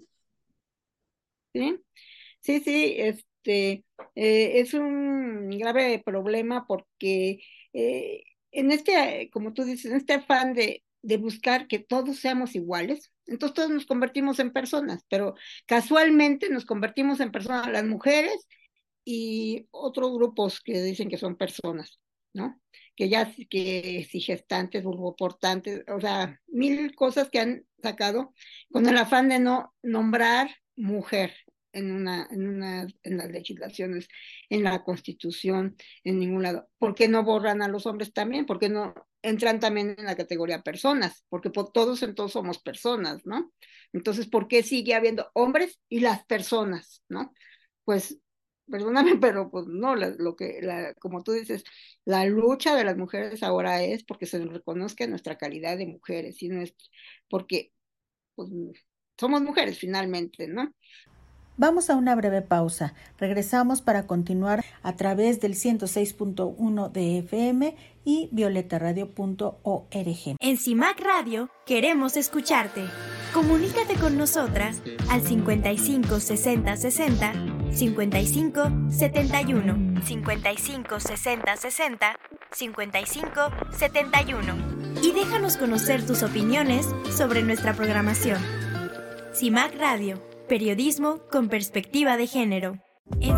Sí, sí, sí, este, eh, es un grave problema porque eh, en este, como tú dices, en este afán de, de buscar que todos seamos iguales, entonces todos nos convertimos en personas, pero casualmente nos convertimos en personas, las mujeres y otros grupos que dicen que son personas, ¿no? Que ya, que si gestantes, vulvoportantes, o sea, mil cosas que han sacado con el afán de no nombrar mujer en una, en una, en las legislaciones, en la Constitución, en ningún lado. ¿Por qué no borran a los hombres también? ¿Por qué no entran también en la categoría personas? Porque por todos entonces somos personas, ¿no? Entonces, ¿por qué sigue habiendo hombres y las personas, ¿no? Pues perdóname, pero pues no, la, lo que, la, como tú dices, la lucha de las mujeres ahora es porque se nos reconozca nuestra calidad de mujeres, y no es porque pues, somos mujeres finalmente, ¿no? Vamos a una breve pausa. Regresamos para continuar a través del ciento seis punto uno de F M y violeta radio punto org. En CIMAC Radio queremos escucharte. Comunícate con nosotras al cincuenta y cinco sesenta sesenta, cincuenta y cinco setenta y uno, cincuenta y cinco sesenta sesenta, cincuenta y cinco setenta y uno y déjanos conocer tus opiniones sobre nuestra programación. CIMAC Radio, periodismo con perspectiva de género. En...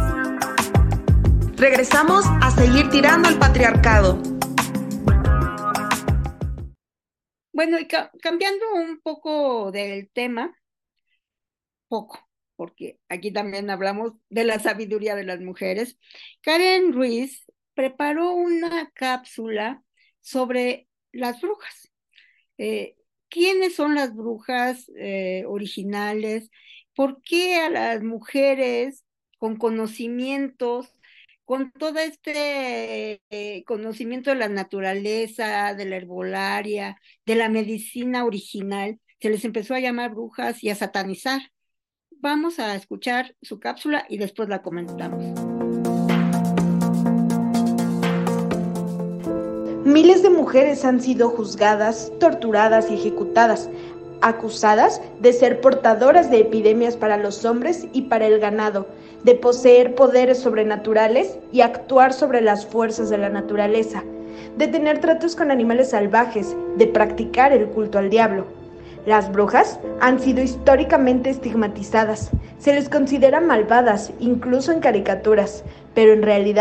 Regresamos a seguir tirando al patriarcado. Bueno, y ca- cambiando un poco del tema, poco, porque aquí también hablamos de la sabiduría de las mujeres, Karen Ruiz preparó una cápsula sobre las brujas. Eh, ¿Quiénes son las brujas eh, originales? ¿Por qué a las mujeres con conocimientos, con todo este eh, conocimiento de la naturaleza, de la herbolaria, de la medicina original, se les empezó a llamar brujas y a satanizar? Vamos a escuchar su cápsula y después la comentamos. Miles de mujeres han sido juzgadas, torturadas y ejecutadas, acusadas de ser portadoras de epidemias para los hombres y para el ganado, de poseer poderes sobrenaturales y actuar sobre las fuerzas de la naturaleza, de tener tratos con animales salvajes, de practicar el culto al diablo. Las brujas han sido históricamente estigmatizadas, se les considera malvadas, incluso en caricaturas, pero en realidad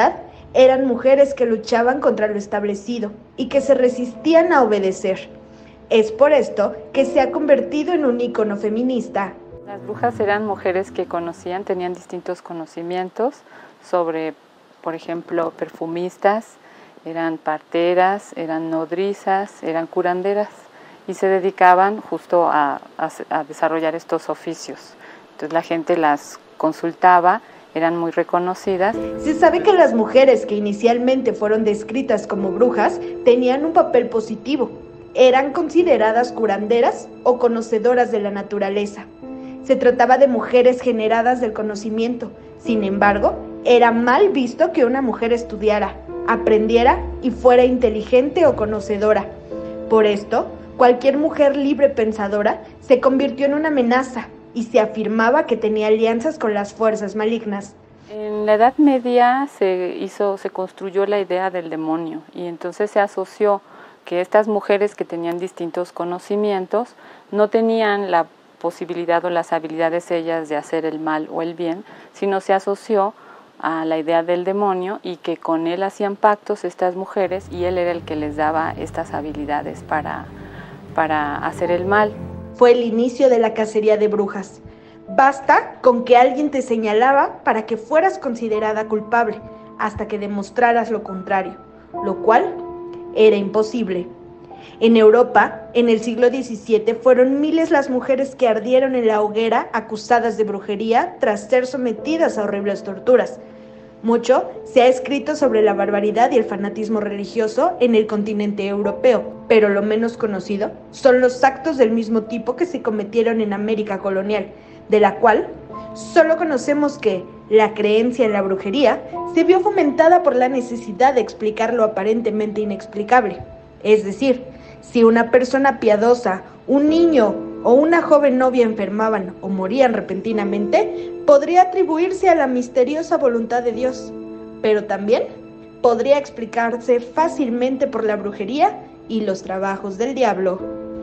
Eran mujeres que luchaban contra lo establecido y que se resistían a obedecer. Es por esto que se ha convertido en un ícono feminista. Las brujas eran mujeres que conocían, tenían distintos conocimientos sobre, por ejemplo, perfumistas, eran parteras, eran nodrizas, eran curanderas y se dedicaban justo a, a, a desarrollar estos oficios. Entonces la gente las consultaba, eran muy reconocidas. Se sabe que las mujeres que inicialmente fueron descritas como brujas tenían un papel positivo. Eran consideradas curanderas o conocedoras de la naturaleza. Se trataba de mujeres generadas del conocimiento. Sin embargo, era mal visto que una mujer estudiara, aprendiera y fuera inteligente o conocedora. Por esto, cualquier mujer libre pensadora se convirtió en una amenaza y se afirmaba que tenía alianzas con las fuerzas malignas. En la Edad Media se hizo, se construyó la idea del demonio y entonces se asoció que estas mujeres que tenían distintos conocimientos no tenían la posibilidad o las habilidades ellas de hacer el mal o el bien, sino se asoció a la idea del demonio y que con él hacían pactos estas mujeres y él era el que les daba estas habilidades para, para hacer el mal. Fue el inicio de la cacería de brujas. Basta con que alguien te señalaba para que fueras considerada culpable, hasta que demostraras lo contrario, lo cual era imposible. En Europa, en el siglo diecisiete, fueron miles las mujeres que ardieron en la hoguera acusadas de brujería tras ser sometidas a horribles torturas. Mucho se ha escrito sobre la barbaridad y el fanatismo religioso en el continente europeo, pero lo menos conocido son los actos del mismo tipo que se cometieron en América colonial, de la cual solo conocemos que la creencia en la brujería se vio fomentada por la necesidad de explicar lo aparentemente inexplicable. Es decir, si una persona piadosa, un niño o una joven novia enfermaban o morían repentinamente, podría atribuirse a la misteriosa voluntad de Dios, pero también podría explicarse fácilmente por la brujería y los trabajos del diablo.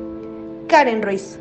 Karen Ruiz.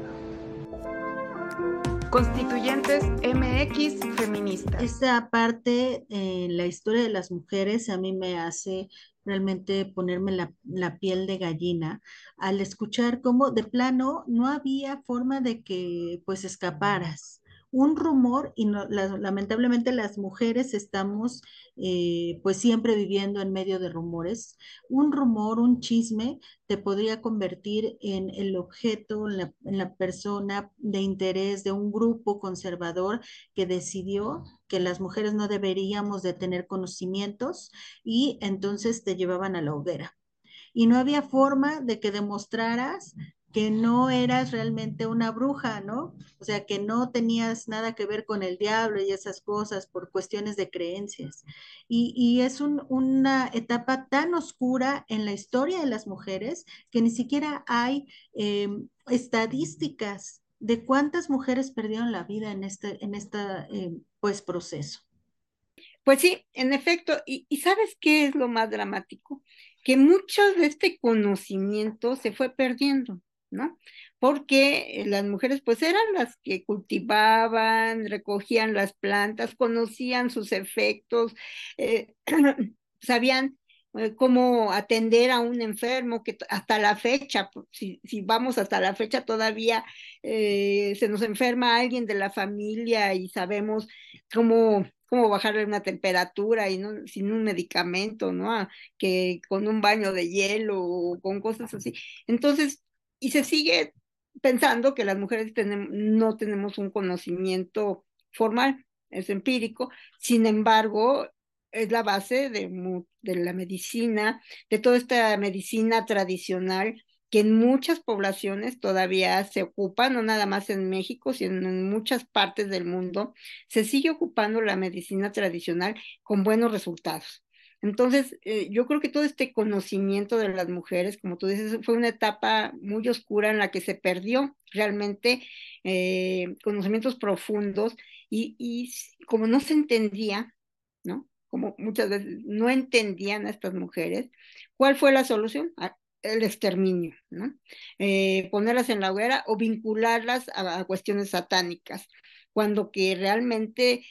Constituyentes M X feministas. Esta parte en la historia de las mujeres a mí me hace realmente ponerme la, la piel de gallina al escuchar cómo de plano no había forma de que pues escaparas. Un rumor, y no, la, lamentablemente las mujeres estamos eh, pues siempre viviendo en medio de rumores. Un rumor, un chisme, te podría convertir en el objeto, en la, en la persona de interés de un grupo conservador que decidió que las mujeres no deberíamos de tener conocimientos y entonces te llevaban a la hoguera. Y no había forma de que demostraras que no eras realmente una bruja, ¿no? O sea, que no tenías nada que ver con el diablo y esas cosas por cuestiones de creencias. Y, y es un, una etapa tan oscura en la historia de las mujeres que ni siquiera hay eh, estadísticas de cuántas mujeres perdieron la vida en este, en esta, eh, pues, proceso. Pues sí, en efecto, y, y ¿sabes qué es lo más dramático? Que mucho de este conocimiento se fue perdiendo, ¿no? Porque las mujeres pues eran las que cultivaban, recogían las plantas, conocían sus efectos, eh, sabían eh, cómo atender a un enfermo, que hasta la fecha, si, si vamos hasta la fecha todavía eh, se nos enferma alguien de la familia y sabemos cómo cómo bajarle una temperatura y no sin un medicamento, ¿no? Que con un baño de hielo o con cosas así. Entonces, y se sigue pensando que las mujeres tenemos, no tenemos un conocimiento formal, es empírico, sin embargo, es la base de, de la medicina, de toda esta medicina tradicional que en muchas poblaciones todavía se ocupa, no nada más en México, sino en muchas partes del mundo, se sigue ocupando la medicina tradicional con buenos resultados. Entonces, eh, yo creo que todo este conocimiento de las mujeres, como tú dices, fue una etapa muy oscura en la que se perdió realmente eh, conocimientos profundos y, y como no se entendía, ¿no? Como muchas veces no entendían a estas mujeres, ¿cuál fue la solución? El exterminio, ¿no? Eh, ponerlas en la hoguera o vincularlas a, a cuestiones satánicas, cuando que realmente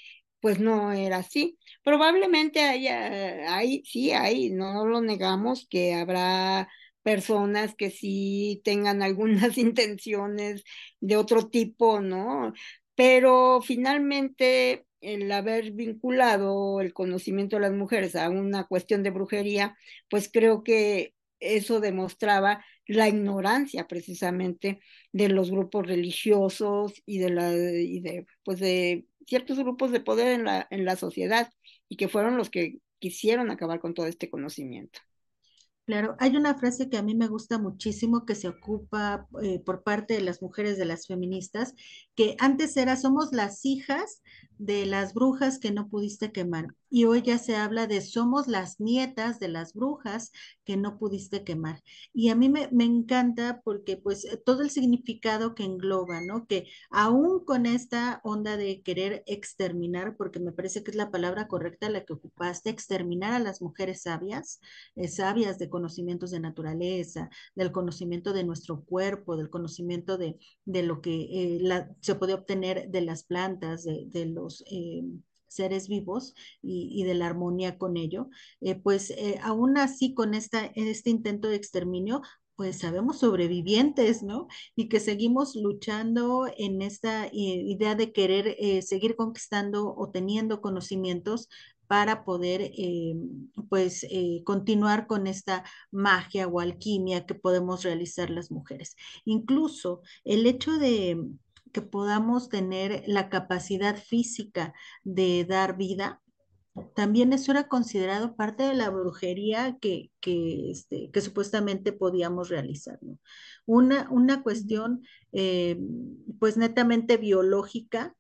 pues no era así. Probablemente haya, hay, sí hay, no lo negamos, que habrá personas que sí tengan algunas intenciones de otro tipo, ¿no? Pero finalmente el haber vinculado el conocimiento de las mujeres a una cuestión de brujería, pues creo que eso demostraba la ignorancia precisamente de los grupos religiosos y de la y de pues de ciertos grupos de poder en la en la sociedad, y que fueron los que quisieron acabar con todo este conocimiento. Claro, hay una frase que a mí me gusta muchísimo que se ocupa eh, por parte de las mujeres de las feministas, que antes era somos las hijas de las brujas que no pudiste quemar, y hoy ya se habla de somos las nietas de las brujas que no pudiste quemar. Y a mí me, me encanta porque pues eh, todo el significado que engloba, ¿no? Que aún con esta onda de querer exterminar, porque me parece que es la palabra correcta la que ocupaste, exterminar a las mujeres sabias, eh, sabias de conocimientos de naturaleza, del conocimiento de nuestro cuerpo, del conocimiento de, de lo que eh, la, se puede obtener de las plantas, de, de los eh, seres vivos y, y, de la armonía con ello, eh, pues eh, aún así con esta, este intento de exterminio, pues sabemos sobrevivientes, ¿no? Y que seguimos luchando en esta eh, idea de querer eh, seguir conquistando o teniendo conocimientos para poder eh, pues eh, continuar con esta magia o alquimia que podemos realizar las mujeres. Incluso el hecho de que podamos tener la capacidad física de dar vida, también eso era considerado parte de la brujería que, que, este, que supuestamente podíamos realizar, ¿no? Una, una cuestión eh, pues netamente biológica,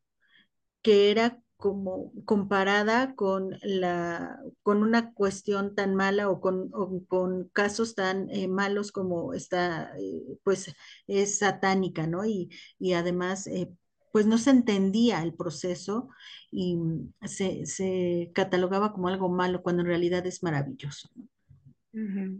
que era como comparada con la con una cuestión tan mala o con, o con casos tan eh, malos como esta eh, pues es satánica, ¿no? Y, y además eh, pues no se entendía el proceso y se, se catalogaba como algo malo cuando en realidad es maravilloso, ¿no? Uh-huh.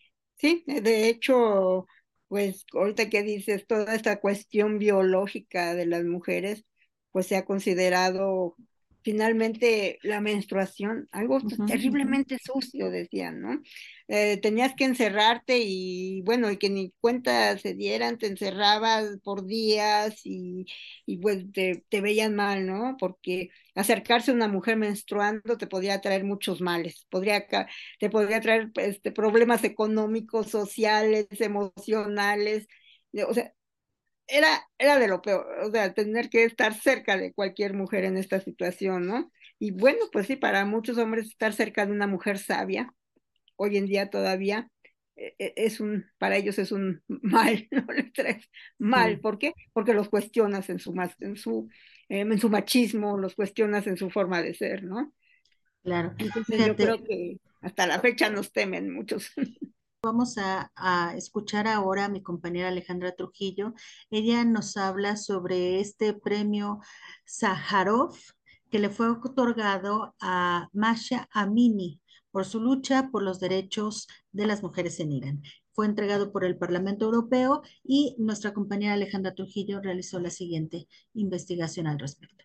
Sí, de hecho, pues ahorita que dices toda esta cuestión biológica de las mujeres, pues se ha considerado finalmente la menstruación algo uh-huh, terriblemente uh-huh. sucio, decían, ¿no? Eh, tenías que encerrarte y bueno, y que ni cuenta se dieran, te encerrabas por días y, y pues te, te veían mal, ¿no? Porque acercarse a una mujer menstruando te podría traer muchos males, podría, te podría traer este, problemas económicos, sociales, emocionales, o sea, Era, era de lo peor, o sea, tener que estar cerca de cualquier mujer en esta situación, ¿no? Y bueno, pues sí, para muchos hombres estar cerca de una mujer sabia, hoy en día todavía, eh, es un, para ellos es un mal, ¿no? Les traes mal, sí. ¿Por qué? Porque los cuestionas en su, en su, eh, en su machismo, los cuestionas en su forma de ser, ¿no? Claro. Entonces Fíjate. Yo creo que hasta la fecha nos temen muchos. Vamos a, a escuchar ahora a mi compañera Alejandra Trujillo. Ella nos habla sobre este premio Sájarov que le fue otorgado a Mahsa Amini por su lucha por los derechos de las mujeres en Irán. Fue entregado por el Parlamento Europeo y nuestra compañera Alejandra Trujillo realizó la siguiente investigación al respecto.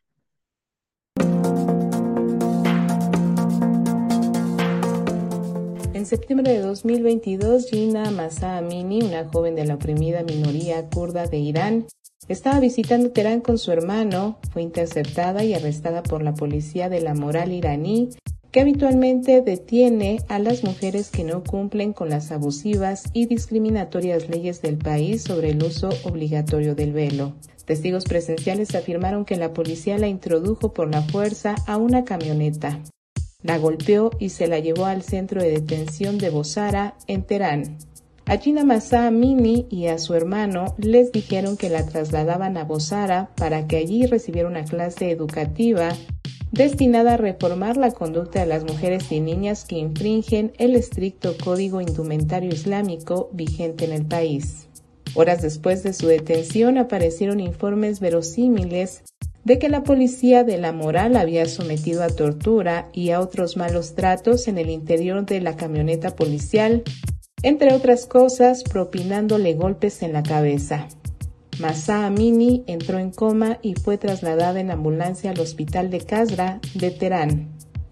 En septiembre de dos mil veintidós, Jina Mahsa Amini, una joven de la oprimida minoría kurda de Irán, estaba visitando Teherán con su hermano, fue interceptada y arrestada por la policía de la moral iraní, que habitualmente detiene a las mujeres que no cumplen con las abusivas y discriminatorias leyes del país sobre el uso obligatorio del velo. Testigos presenciales afirmaron que la policía la introdujo por la fuerza a una camioneta. La golpeó y se la llevó al centro de detención de Bozara, en Teherán. A Jina Mahsa Amini y a su hermano les dijeron que la trasladaban a Bozara para que allí recibiera una clase educativa destinada a reformar la conducta de las mujeres y niñas que infringen el estricto código indumentario islámico vigente en el país. Horas después de su detención aparecieron informes verosímiles de que la policía de la moral había sometido a tortura y a otros malos tratos en el interior de la camioneta policial, entre otras cosas, propinándole golpes en la cabeza. Mahsa Amini entró en coma y fue trasladada en ambulancia al hospital de Kasra de Teherán.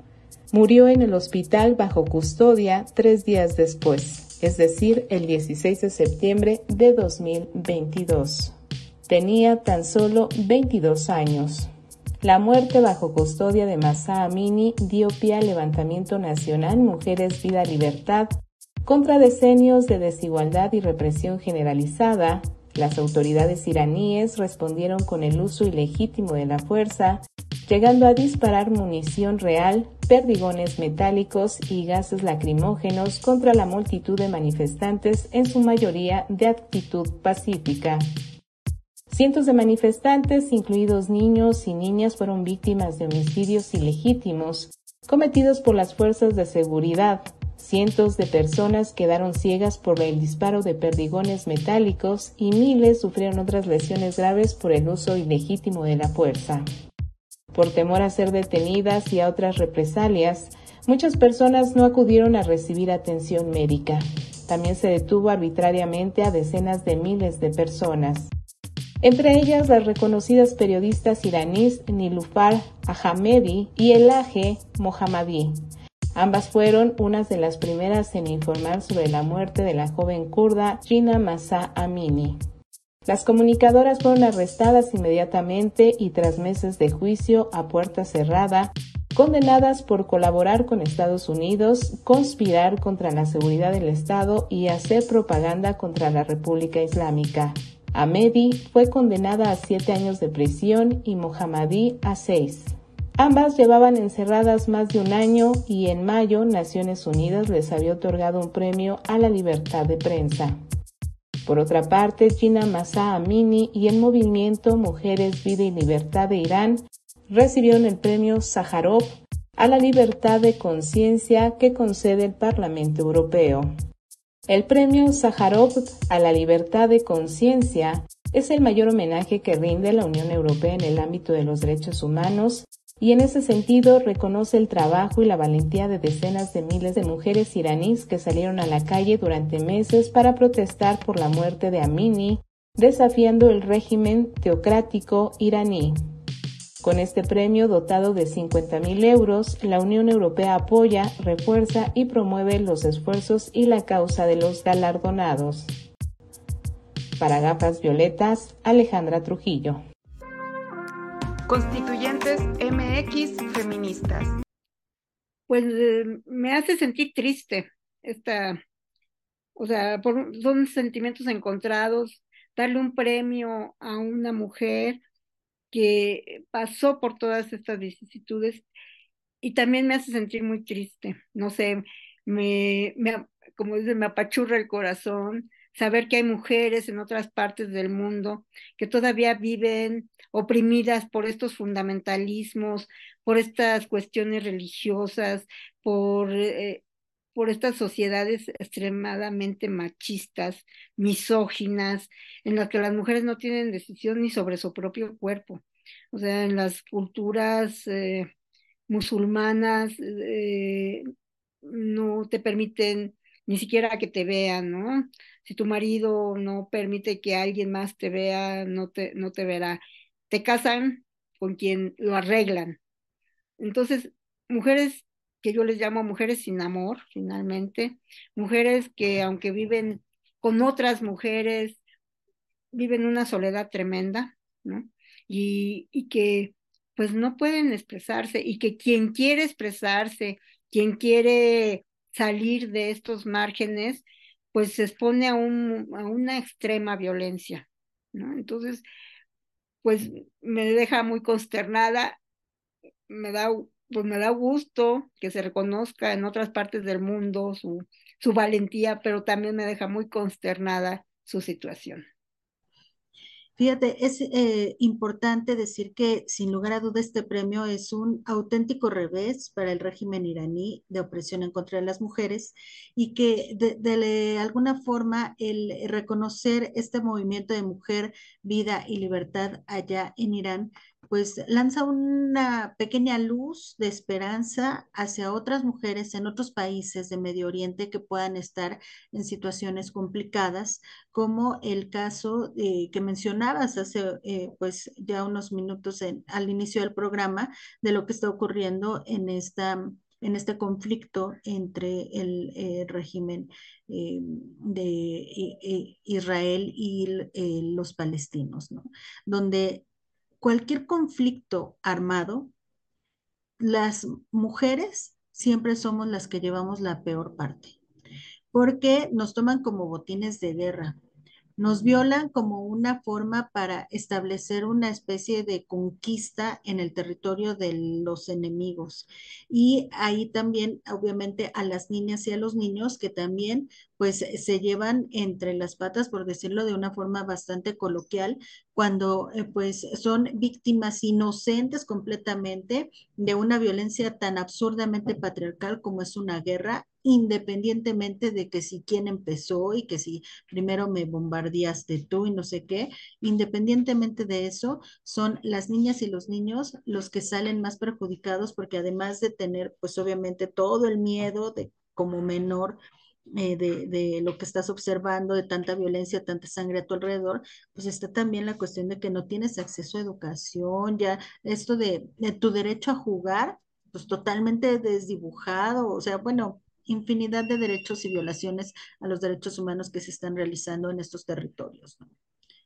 Murió en el hospital bajo custodia tres días después, es decir, el dieciséis de septiembre de dos mil veintidós. Tenía tan solo veintidós años. La muerte bajo custodia de Mahsa Amini dio pie al levantamiento nacional Mujeres, Vida, Libertad contra decenios de desigualdad y represión generalizada. Las autoridades iraníes respondieron con el uso ilegítimo de la fuerza, llegando a disparar munición real, perdigones metálicos y gases lacrimógenos contra la multitud de manifestantes, en su mayoría de actitud pacífica. Cientos de manifestantes, incluidos niños y niñas, fueron víctimas de homicidios ilegítimos cometidos por las fuerzas de seguridad. Cientos de personas quedaron ciegas por el disparo de perdigones metálicos y miles sufrieron otras lesiones graves por el uso ilegítimo de la fuerza. Por temor a ser detenidas y a otras represalias, muchas personas no acudieron a recibir atención médica. También se detuvo arbitrariamente a decenas de miles de personas. Entre ellas las reconocidas periodistas iraníes Nilufar Ahmadi y Elahe Mohammadi. Ambas fueron unas de las primeras en informar sobre la muerte de la joven kurda Jina Mahsa Amini. Las comunicadoras fueron arrestadas inmediatamente y tras meses de juicio a puerta cerrada, condenadas por colaborar con Estados Unidos, conspirar contra la seguridad del Estado y hacer propaganda contra la República Islámica. Ahmadi fue condenada a siete años de prisión y Mohammadi a seis. Ambas llevaban encerradas más de un año y en mayo Naciones Unidas les había otorgado un premio a la libertad de prensa. Por otra parte, Jina Mahsa Amini y el movimiento Mujeres, Vida y Libertad de Irán recibieron el premio Sájarov a la libertad de conciencia que concede el Parlamento Europeo. El premio Sájarov a la libertad de conciencia es el mayor homenaje que rinde la Unión Europea en el ámbito de los derechos humanos y en ese sentido reconoce el trabajo y la valentía de decenas de miles de mujeres iraníes que salieron a la calle durante meses para protestar por la muerte de Amini, desafiando el régimen teocrático iraní. Con este premio dotado de cincuenta mil euros, la Unión Europea apoya, refuerza y promueve los esfuerzos y la causa de los galardonados. Para Gafas Violetas, Alejandra Trujillo. Constituyentes M X feministas. Pues eh, me hace sentir triste esta, o sea, por, son sentimientos encontrados, darle un premio a una mujer que pasó por todas estas vicisitudes y también me hace sentir muy triste, no sé, me, me como dice, me apachurra el corazón saber que hay mujeres en otras partes del mundo que todavía viven oprimidas por estos fundamentalismos, por estas cuestiones religiosas, por, eh, por estas sociedades extremadamente machistas, misóginas, en las que las mujeres no tienen decisión ni sobre su propio cuerpo. O sea, en las culturas eh, musulmanas eh, no te permiten ni siquiera que te vean, ¿no? Si tu marido no permite que alguien más te vea, no te, no te verá. Te casan con quien lo arreglan. Entonces, mujeres que yo les llamo mujeres sin amor, finalmente, mujeres que aunque viven con otras mujeres, viven una soledad tremenda, ¿no? Y, y que pues no pueden expresarse, y que quien quiere expresarse, quien quiere salir de estos márgenes, pues se expone a, un, a una extrema violencia, ¿no? Entonces, pues me deja muy consternada, me da, pues me da gusto que se reconozca en otras partes del mundo su, su valentía, pero también me deja muy consternada su situación. Fíjate, es eh, importante decir que sin lugar a duda este premio es un auténtico revés para el régimen iraní de opresión en contra de las mujeres y que de, de alguna forma el reconocer este movimiento de mujer, vida y libertad allá en Irán pues lanza una pequeña luz de esperanza hacia otras mujeres en otros países de Medio Oriente que puedan estar en situaciones complicadas, como el caso eh, que mencionabas hace eh, pues ya unos minutos en, al inicio del programa, de lo que está ocurriendo en esta en este conflicto entre el eh, régimen eh, de eh, Israel y eh, los palestinos, ¿no? Donde cualquier conflicto armado, las mujeres siempre somos las que llevamos la peor parte, porque nos toman como botines de guerra. Nos violan como una forma para establecer una especie de conquista en el territorio de los enemigos. Y ahí también, obviamente, a las niñas y a los niños que también, pues, se llevan entre las patas, por decirlo de una forma bastante coloquial, cuando, eh, pues, son víctimas inocentes completamente de una violencia tan absurdamente patriarcal como es una guerra, independientemente de que si quién empezó y que si primero me bombardeaste tú y no sé qué, independientemente de eso, son las niñas y los niños los que salen más perjudicados porque además de tener pues obviamente todo el miedo de como menor eh, de, de lo que estás observando, de tanta violencia, tanta sangre a tu alrededor, pues está también la cuestión de que no tienes acceso a educación, ya esto de, de tu derecho a jugar, pues totalmente desdibujado, o sea, bueno, infinidad de derechos y violaciones a los derechos humanos que se están realizando en estos territorios, ¿no?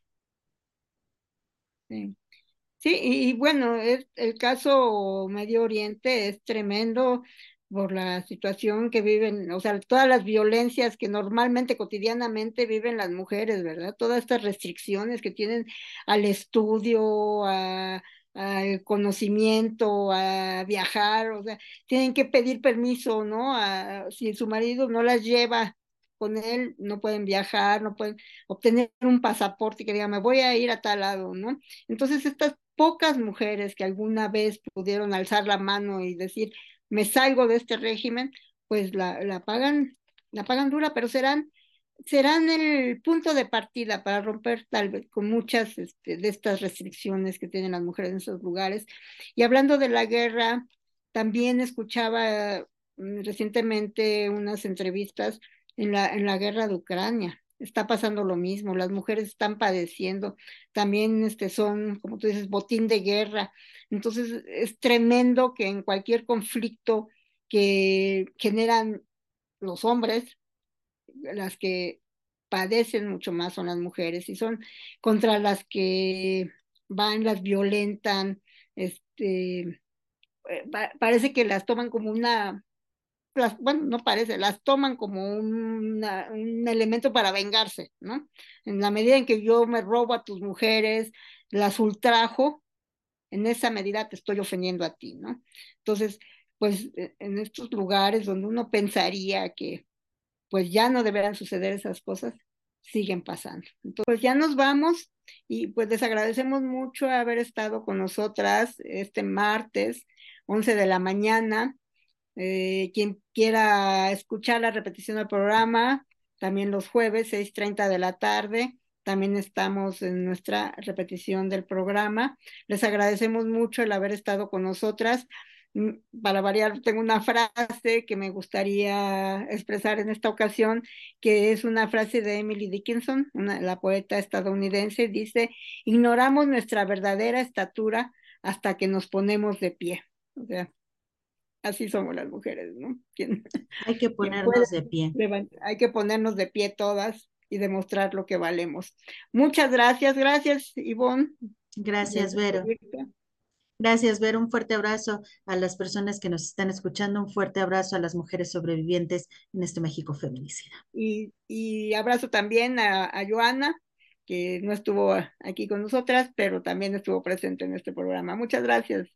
Sí. Sí, y, y bueno, es, el caso Medio Oriente es tremendo por la situación que viven, o sea, todas las violencias que normalmente, cotidianamente viven las mujeres, ¿verdad? Todas estas restricciones que tienen al estudio, a, al conocimiento, a viajar, o sea, tienen que pedir permiso, ¿no? A, si su marido no las lleva con él, no pueden viajar, no pueden obtener un pasaporte que diga, me voy a ir a tal lado, ¿no? Entonces, estas pocas mujeres que alguna vez pudieron alzar la mano y decir, me salgo de este régimen, pues la, la pagan, la pagan dura, pero serán, serán el punto de partida para romper tal vez con muchas este, de estas restricciones que tienen las mujeres en esos lugares. Y hablando de la guerra, también escuchaba mm, recientemente unas entrevistas en la, en la guerra de Ucrania. Está pasando lo mismo, las mujeres están padeciendo, también este, son, como tú dices, botín de guerra. Entonces es tremendo que en cualquier conflicto que generan los hombres, las que padecen mucho más son las mujeres y son contra las que van, las violentan, este, parece que las toman como una... Las, bueno, no parece, las toman como una, un elemento para vengarse, ¿no? En la medida en que yo me robo a tus mujeres, las ultrajo, en esa medida te estoy ofendiendo a ti, ¿no? Entonces, pues en estos lugares donde uno pensaría que pues ya no deberán suceder esas cosas, siguen pasando. Entonces, pues ya nos vamos y pues les agradecemos mucho haber estado con nosotras este martes, once de la mañana. Eh, quien quiera escuchar la repetición del programa, también los jueves, seis treinta de la tarde, también estamos en nuestra repetición del programa. Les agradecemos mucho el haber estado con nosotras. Para variar, tengo una frase que me gustaría expresar en esta ocasión, que es una frase de Emily Dickinson, una, la poeta estadounidense, dice, ignoramos nuestra verdadera estatura hasta que nos ponemos de pie. O sea, así somos las mujeres, ¿no? ¿Quién, hay que ponernos de pie. Hay que ponernos de pie todas y demostrar lo que valemos. Muchas gracias, gracias, Ivonne. Gracias, Vero. Gracias, Vero. Un fuerte abrazo a las personas que nos están escuchando, un fuerte abrazo a las mujeres sobrevivientes en este México feminicida. Y, y abrazo también a, a Joana, que no estuvo aquí con nosotras, pero también estuvo presente en este programa. Muchas gracias.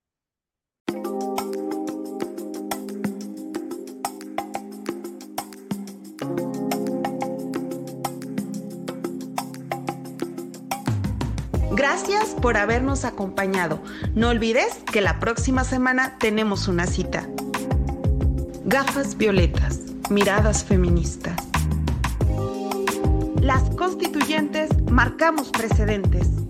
Gracias por habernos acompañado. No olvides que la próxima semana tenemos una cita. Gafas violetas, miradas feministas. Las constituyentes marcamos precedentes.